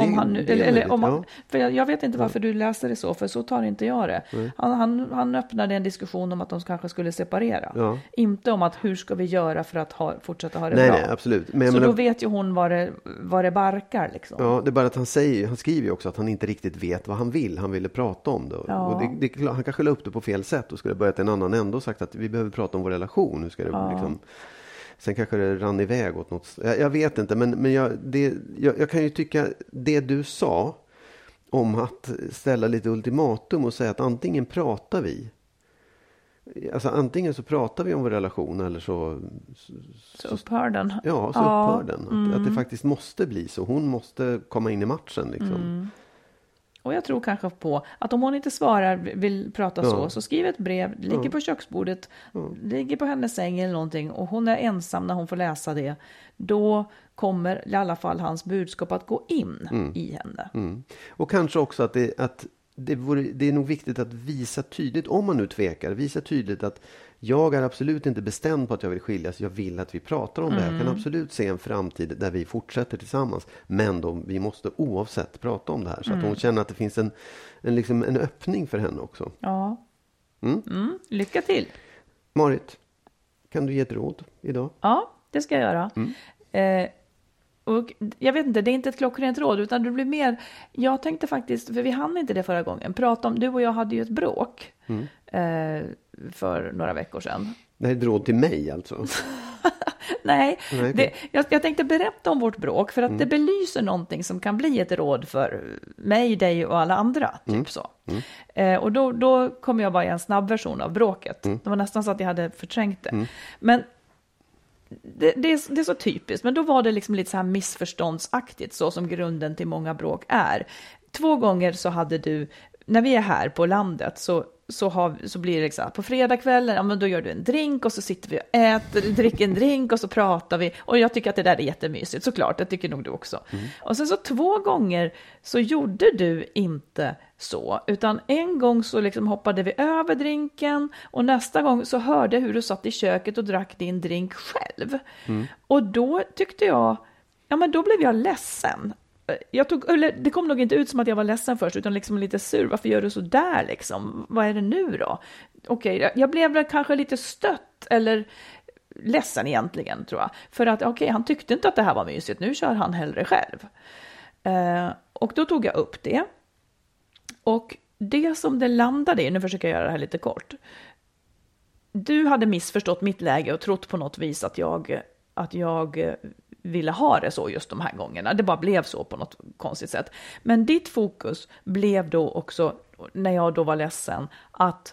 För jag vet inte varför du läste det så, för så tar inte jag det. Han öppnade en diskussion om att de kanske skulle separera. Ja. Inte om att hur ska vi göra för att fortsätta ha det bra. Nej, absolut. Men, så då vet ju hon vad det barkar. Liksom. Ja, det är bara att han skriver ju också att han inte riktigt vet vad han vill. Han ville prata om det. Ja. Och han kanske la upp det på fel sätt och skulle börjat en annan ände och sagt att vi behöver prata om vår relation. Nu ska det liksom... Sen kanske det rann iväg åt något. Jag vet inte, men jag kan ju tycka det du sa om att ställa lite ultimatum och säga att antingen pratar vi. Alltså antingen så pratar vi om vår relation eller så upphör den. Ja, så upphör den. Att det faktiskt måste bli så. Hon måste komma in i matchen liksom. Och jag tror kanske på att om hon inte svarar, vill prata så skriv ett brev, det ligger på köksbordet, ligger på hennes säng eller någonting och hon är ensam när hon får läsa det. Då kommer i alla fall hans budskap att gå in i henne. Och kanske också att det är nog viktigt att visa tydligt, om man nu tvekar, visa tydligt att jag är absolut inte bestämd på att jag vill skiljas. Jag vill att vi pratar om det här. Jag kan absolut se en framtid där vi fortsätter tillsammans. Men vi måste oavsett prata om det här. Så att hon känner att det finns en öppning för henne också. Ja. Lycka till. Marit, kan du ge ett råd idag? Ja, det ska jag göra. Och jag vet inte, det är inte ett klockrent råd utan det blir mer, jag tänkte faktiskt, för vi hann inte det förra gången, prata om, du och jag hade ju ett bråk för några veckor sedan. Det här är ett råd till mig alltså? Nej, jag tänkte berätta om vårt bråk för att det belyser någonting som kan bli ett råd för mig, dig och alla andra, typ så. Och då kommer jag bara i en snabb version av bråket. Det var nästan så att jag hade förträngt det. Men det är så typiskt, men då var det liksom lite så här missförståndsaktigt, så som grunden till många bråk är. 2 gånger så hade du, när vi är här på landet så blir det liksom, på fredagskvällen, ja men då gör du en drink och så sitter vi och äter, dricker en drink och så pratar vi, och jag tycker att det där är jättemysigt, såklart, det tycker nog du också. Och sen så 2 gånger så gjorde du inte så, utan en gång så liksom hoppade vi över drinken och nästa gång så hörde jag hur du satt i köket och drack din drink själv. Och då tyckte jag, ja men då blev jag ledsen. Det kom nog inte ut som att jag var ledsen först, utan liksom lite sur. Varför gör du så där liksom? Vad är det nu då? Okej, jag blev väl kanske lite stött eller ledsen egentligen, tror jag. För att han tyckte inte att det här var mysigt. Nu kör han hellre själv. Och då tog jag upp det. Och det som det landade i, nu försöker jag göra det här lite kort. Du hade missförstått mitt läge och trott på något vis att jag ville ha det så just de här gångerna. Det bara blev så på något konstigt sätt. Men ditt fokus blev då också, när jag då var ledsen, att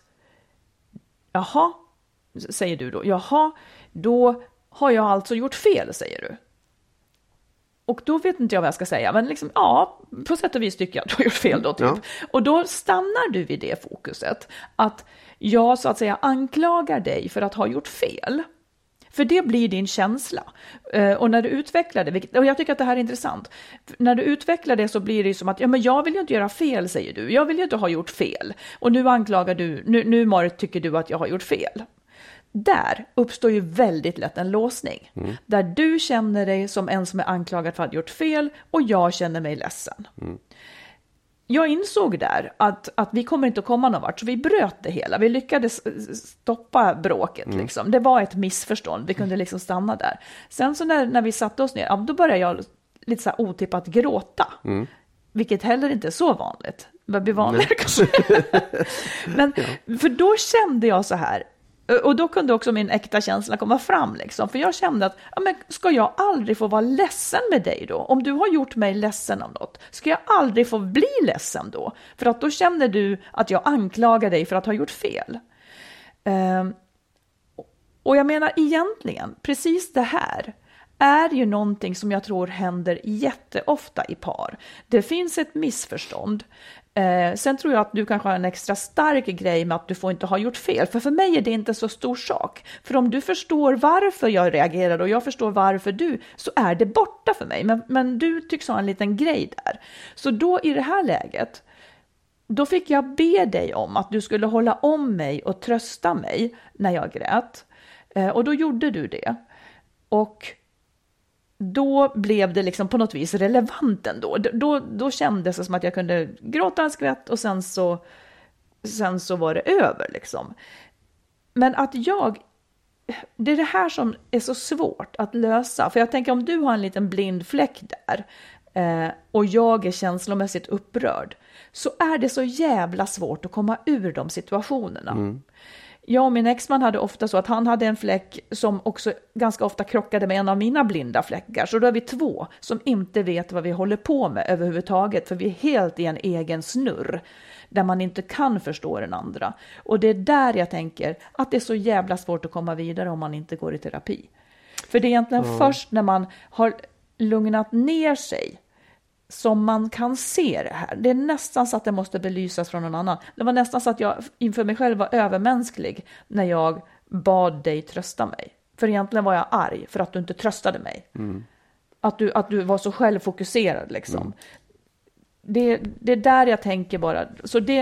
säger du då har jag alltså gjort fel, säger du. Och då vet inte jag vad jag ska säga, men liksom, på sätt och vis tycker jag att du har gjort fel då typ. Ja. Och då stannar du vid det fokuset, att jag så att säga anklagar dig för att ha gjort fel. För det blir din känsla. Och när du utvecklar det, och jag tycker att det här är intressant. När du utvecklar det så blir det som att, men jag vill ju inte göra fel, säger du. Jag vill ju inte ha gjort fel. Och nu anklagar du, nu Marit, tycker du att jag har gjort fel. Där uppstår ju väldigt lätt en låsning. Där du känner dig som en som är anklagad för att ha gjort fel och jag känner mig ledsen. Jag insåg där att vi kommer inte att komma någon vart, så vi bröt det hela. Vi lyckades stoppa bråket. Liksom. Det var ett missförstånd. Vi kunde liksom stanna där. Sen så när vi satte oss ner, då började jag lite så här otippat gråta. Vilket heller inte är så vanligt. Det blir vanligare kanske. Men för då kände jag så här. Och då kunde också min äkta känsla komma fram. Liksom. För jag kände att, men ska jag aldrig få vara ledsen med dig då? Om du har gjort mig ledsen om något, ska jag aldrig få bli ledsen då? För att då kände du att jag anklagar dig för att ha gjort fel. Och jag menar egentligen, precis det här är ju någonting som jag tror händer jätteofta i par. Det finns ett missförstånd. Sen tror jag att du kanske har en extra stark grej med att du får inte ha gjort fel. För mig är det inte så stor sak. För om du förstår varför jag reagerar och jag förstår varför du, så är det borta för mig. Men du tycks ha en liten grej där. Så då i det här läget, då fick jag be dig om att du skulle hålla om mig och trösta mig när jag grät. Och då gjorde du det. Och då blev det liksom på något vis relevant ändå. Då kändes det som att jag kunde gråta en skvätt och sen så var det över liksom. Men att det är det här som är så svårt att lösa. För jag tänker om du har en liten blind fläck där och jag är känslomässigt upprörd, så är det så jävla svårt att komma ur de situationerna. Jag och min exman hade ofta så att han hade en fläck som också ganska ofta krockade med en av mina blinda fläckar. Så då är vi två som inte vet vad vi håller på med överhuvudtaget, för vi är helt i en egen snurr där man inte kan förstå den andra. Och det är där jag tänker att det är så jävla svårt att komma vidare om man inte går i terapi. För det är egentligen först när man har lugnat ner sig som man kan se det här. Det är nästan så att det måste belysas från någon annan. Det var nästan så att jag inför mig själv var övermänsklig när jag bad dig trösta mig. För egentligen var jag arg för att du inte tröstade mig. Att du var så självfokuserad liksom. Det är där jag tänker bara. Så det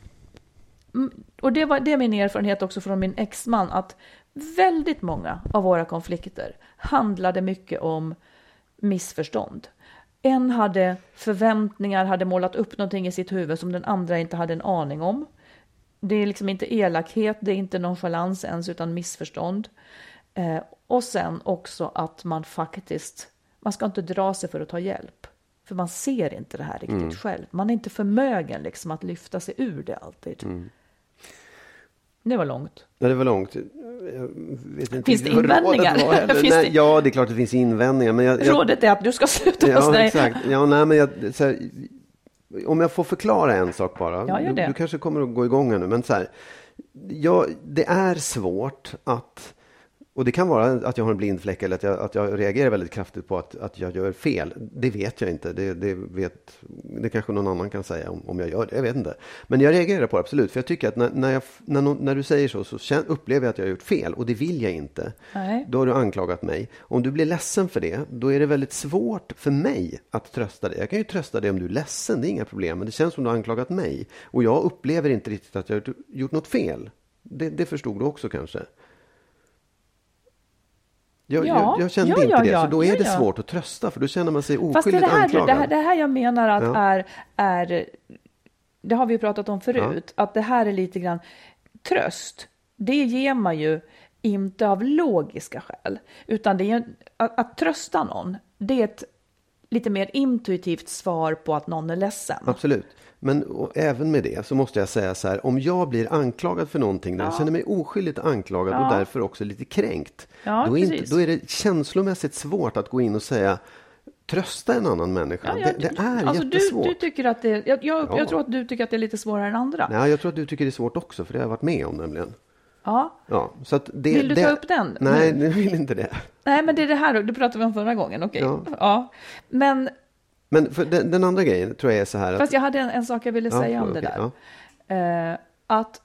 är min erfarenhet också från min exman, att väldigt många av våra konflikter handlade mycket om missförstånd. En hade förväntningar, hade målat upp någonting i sitt huvud som den andra inte hade en aning om. Det är liksom inte elakhet, det är inte nonchalans ens, utan missförstånd. Och sen också att man ska inte dra sig för att ta hjälp. För man ser inte det här riktigt själv. Man är inte förmögen liksom att lyfta sig ur det alltid. Det var långt. Ja, det var långt. Jag vet inte finns det invändningar? Nej, ja, det är klart att det finns invändningar. Men rådet är att du ska sluta hos dig. Ja, exakt. Ja, nej, men så här, om jag får förklara en sak bara. Ja, gör det. Du kanske kommer att gå igång här nu. Men så här, det är svårt att... Och det kan vara att jag har en blind fläck eller att jag reagerar väldigt kraftigt på att jag gör fel. Det vet jag inte. Det kanske någon annan kan säga om jag gör det. Jag vet inte. Men jag reagerar på det absolut. För jag tycker att när du säger så upplever jag att jag har gjort fel. Och det vill jag inte. Nej. Då har du anklagat mig. Om du blir ledsen för det, då är det väldigt svårt för mig att trösta dig. Jag kan ju trösta dig om du är ledsen. Det är inga problem. Men det känns som du har anklagat mig. Och jag upplever inte riktigt att jag har gjort något fel. Det förstod du också kanske. Jag kände inte det, så då är det svårt att trösta, för då känner man sig oskyldigt anklagad. Det här jag menar att är det har vi pratat om förut, att det här är lite grann tröst. Det ger man ju inte av logiska skäl, utan det är att trösta någon, det är ett lite mer intuitivt svar på att någon är ledsen. Absolut. Men även med det så måste jag säga så här, om jag blir anklagad för någonting där jag känner mig oskyldigt anklagad och därför också lite kränkt, då är det känslomässigt svårt att gå in och säga trösta en annan människa. Det är jättesvårt. Du tycker att jag tror att du tycker att det är lite svårare än andra. Nej, jag tror att du tycker det är svårt också, för det har jag varit med om nämligen. Ja. Så att vill du ta upp den? Nej, jag vill inte det. Nej, men det är det här, det pratade vi om förra gången. Okej. Ja. Men för den andra grejen tror jag är så här. Fast jag hade en sak jag ville säga om det där. Ja. Att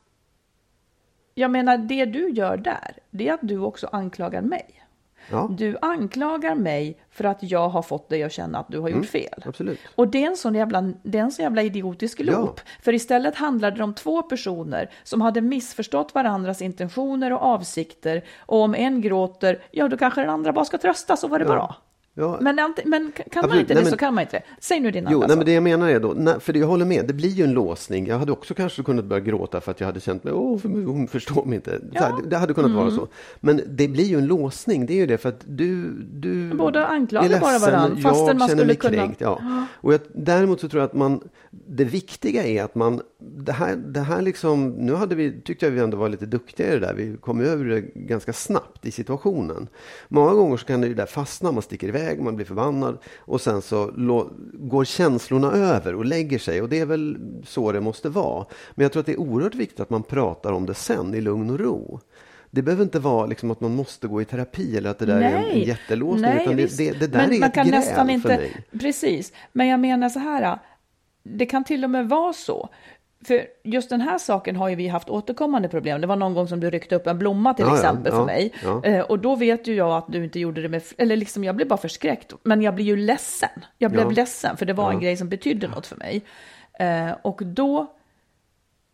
jag menar, det du gör där, det är att du också anklagar mig. Ja. Du anklagar mig för att jag har fått dig att känna att du har gjort fel. Absolut. Och det är en sån jävla idiotisk loop. Ja. För istället handlade det om två personer som hade missförstått varandras intentioner och avsikter. Och om en gråter, då kanske den andra bara ska trösta, så var det bra. Ja. Men kan man inte det, så kan man inte det. Säg nu din andra sak. Men det jag menar är då, för det jag håller med, det blir ju en låsning. Jag hade också kanske kunnat börja gråta för att jag hade känt mig, hon förstår mig inte. Det hade kunnat vara så. Men det blir ju en låsning, det är ju det, för att du båda anklagar bara varandra, fastän man skulle kunna... Kränkt, Och däremot så tror jag att det viktiga är att det här liksom, tyckte jag vi ändå var lite duktiga i det där. Vi kom över det ganska snabbt i situationen. Många gånger så kan det ju där fastna, man sticker iväg, man blir förbannad och sen så går känslorna över och lägger sig, och det är väl så det måste vara. Men jag tror att det är oerhört viktigt att man pratar om det sen i lugn och ro. Det behöver inte vara liksom att man måste gå i terapi eller att det där är en jättelåsning, utan det där är ett gräl för mig. Precis, men jag menar så här, det kan till och med vara så. För just den här saken har ju vi haft återkommande problem. Det var någon gång som du ryckte upp en blomma till exempel för mig. Ja. Och då vet ju jag att du inte gjorde det med... Eller liksom, jag blev bara förskräckt. Men jag blir ju ledsen. Jag blev ledsen, för det var en grej som betydde något för mig. Och då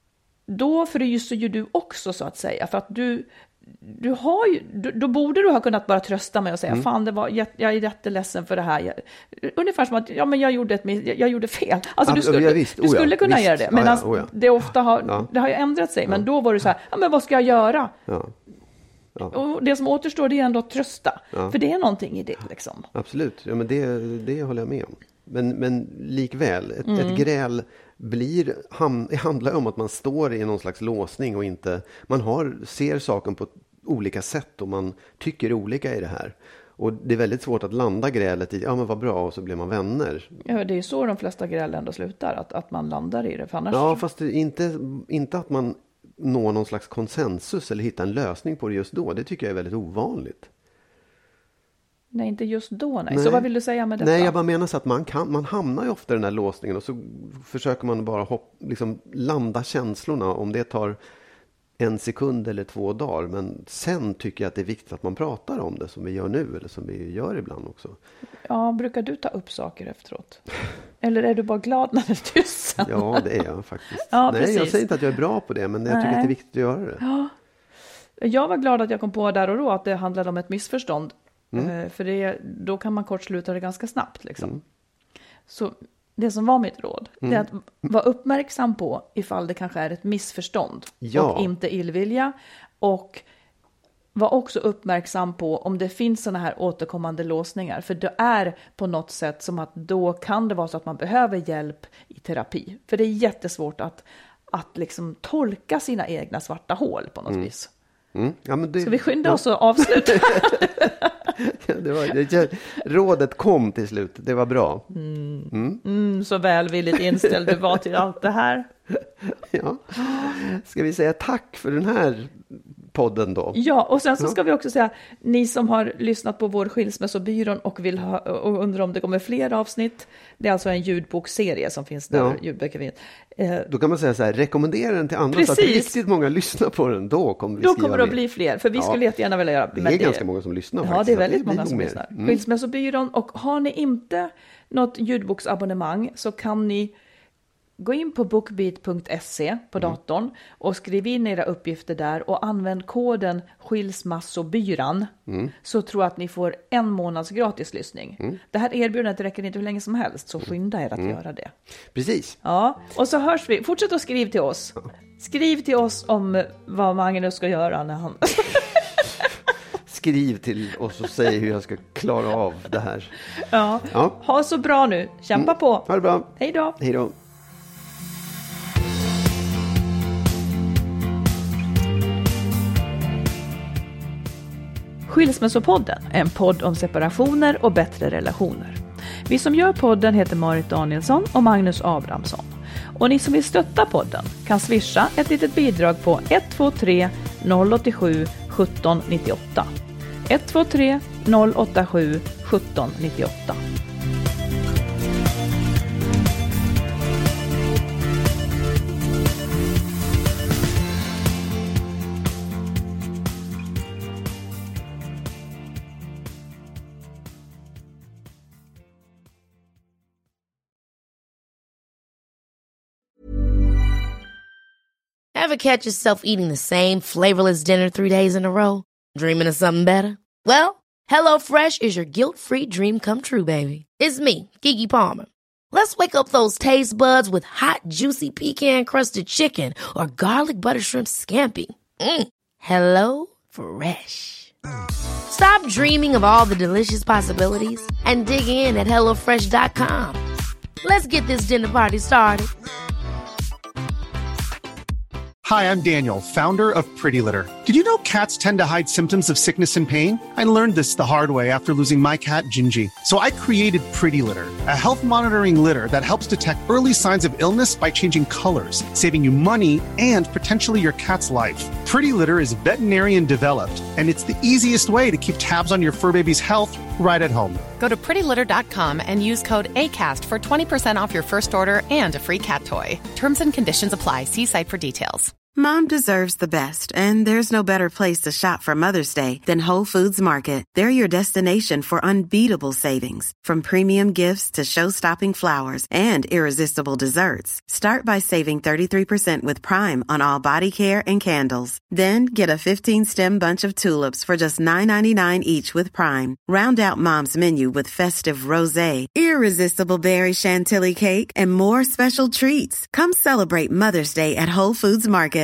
då fryser ju du också så att säga. För att du har ju, då borde du ha kunnat bara trösta mig och säga fan, jag är jätteledsen för det här. Ungefär som att jag gjorde fel. Alltså du skulle kunna göra det. Men det ofta det har ju ändrat sig. Men då var du så här, men vad ska jag göra? Ja. Och det som återstår, det är ändå att trösta. För det är någonting i det liksom. Absolut, ja, men det håller jag med om. Men likväl, ett gräl handlar om att man står i någon slags låsning och inte, ser saken på olika sätt och man tycker olika i det här. Och det är väldigt svårt att landa grälet i, men vad bra, och så blir man vänner. Ja, det är så de flesta gräl ändå slutar, att man landar i det. För annars... Ja, fast inte att man når någon slags konsensus eller hittar en lösning på det just då. Det tycker jag är väldigt ovanligt. Nej, inte just då. Nej. Så vad vill du säga med detta? Nej, jag bara menar så att man hamnar ju ofta i den här låsningen och så försöker man bara landa känslorna, om det tar 1 sekund eller 2 dagar. Men sen tycker jag att det är viktigt att man pratar om det, som vi gör nu eller som vi gör ibland också. Ja, brukar du ta upp saker efteråt? Eller är du bara glad när det är tyst? Ja, det är jag faktiskt. Ja, nej, precis. Jag säger inte att jag är bra på det, men jag tycker att det är viktigt att göra det. Ja. Jag var glad att jag kom på där och då att det handlade om ett missförstånd. För då kan man kortsluta det ganska snabbt. Liksom. Så det som var mitt råd, det är att vara uppmärksam på ifall det kanske är ett missförstånd och inte illvilja. Och var också uppmärksam på om det finns såna här återkommande låsningar. För det är på något sätt som att då kan det vara så att man behöver hjälp i terapi. För det är jättesvårt att liksom tolka sina egna svarta hål på något vis. Ja, men ska vi skynda oss och avsluta? Rådet kom till slut, det var bra. Så välvilligt inställd du var till allt det här. Ja. Ska vi säga tack för den här podden då? Ja, och sen så ska vi också säga, ni som har lyssnat på vår skilsmässobyrån och och undrar om det kommer fler avsnitt, det är alltså en ljudbokserie som finns där ljudböcker finns. Då kan man säga så här, rekommendera den till andra så att riktigt många lyssnar på den, då kommer det att bli fler, för vi skulle jättegärna vilja göra. Det är ganska många som lyssnar faktiskt. Ja, det är väldigt många som lyssnar. Skilsmässobyrån, och har ni inte något ljudboksabonnemang så kan ni gå in på bookbeat.se på datorn och skriv in era uppgifter där och använd koden skilsmassobyran, så tror jag att ni får 1 månads gratis lyssning. Det här erbjudandet räcker inte hur länge som helst, så skynda er att göra det. Precis. Ja, och så hörs vi. Fortsätt att skriva till oss. Skriv till oss om vad Magnus ska göra när han... Skriv till oss och säg hur jag ska klara av det här. Ja. Ha så bra nu. Kämpa på. Ha det bra. Hej då. Hej då. Skilsmässopodden är en podd om separationer och bättre relationer. Vi som gör podden heter Marit Danielsson och Magnus Abrahamsson. Och ni som vill stötta podden kan swisha ett litet bidrag på 123 087 1798. 123 087 1798. Ever catch yourself eating the same flavorless dinner 3 days in a row? Dreaming of something better? Well, HelloFresh is your guilt-free dream come true, baby. It's me, Keke Palmer. Let's wake up those taste buds with hot, juicy pecan-crusted chicken or garlic butter shrimp scampi. Hello Fresh. Stop dreaming of all the delicious possibilities and dig in at HelloFresh.com. Let's get this dinner party started. Hi, I'm Daniel, founder of Pretty Litter. Did you know cats tend to hide symptoms of sickness and pain? I learned this the hard way after losing my cat, Gingy. So I created Pretty Litter, a health monitoring litter that helps detect early signs of illness by changing colors, saving you money and potentially your cat's life. Pretty Litter is veterinarian developed, and it's the easiest way to keep tabs on your fur baby's health right at home. Go to prettylitter.com and use code ACAST for 20% off your first order and a free cat toy. Terms and conditions apply. See site for details. Mom deserves the best, and there's no better place to shop for Mother's Day than Whole Foods Market. They're your destination for unbeatable savings, from premium gifts to show-stopping flowers and irresistible desserts. Start by saving 33% with Prime on all body care and candles. Then get a 15-stem bunch of tulips for just $9.99 each with Prime. Round out Mom's menu with festive rosé, irresistible berry chantilly cake, and more special treats. Come celebrate Mother's Day at Whole Foods Market.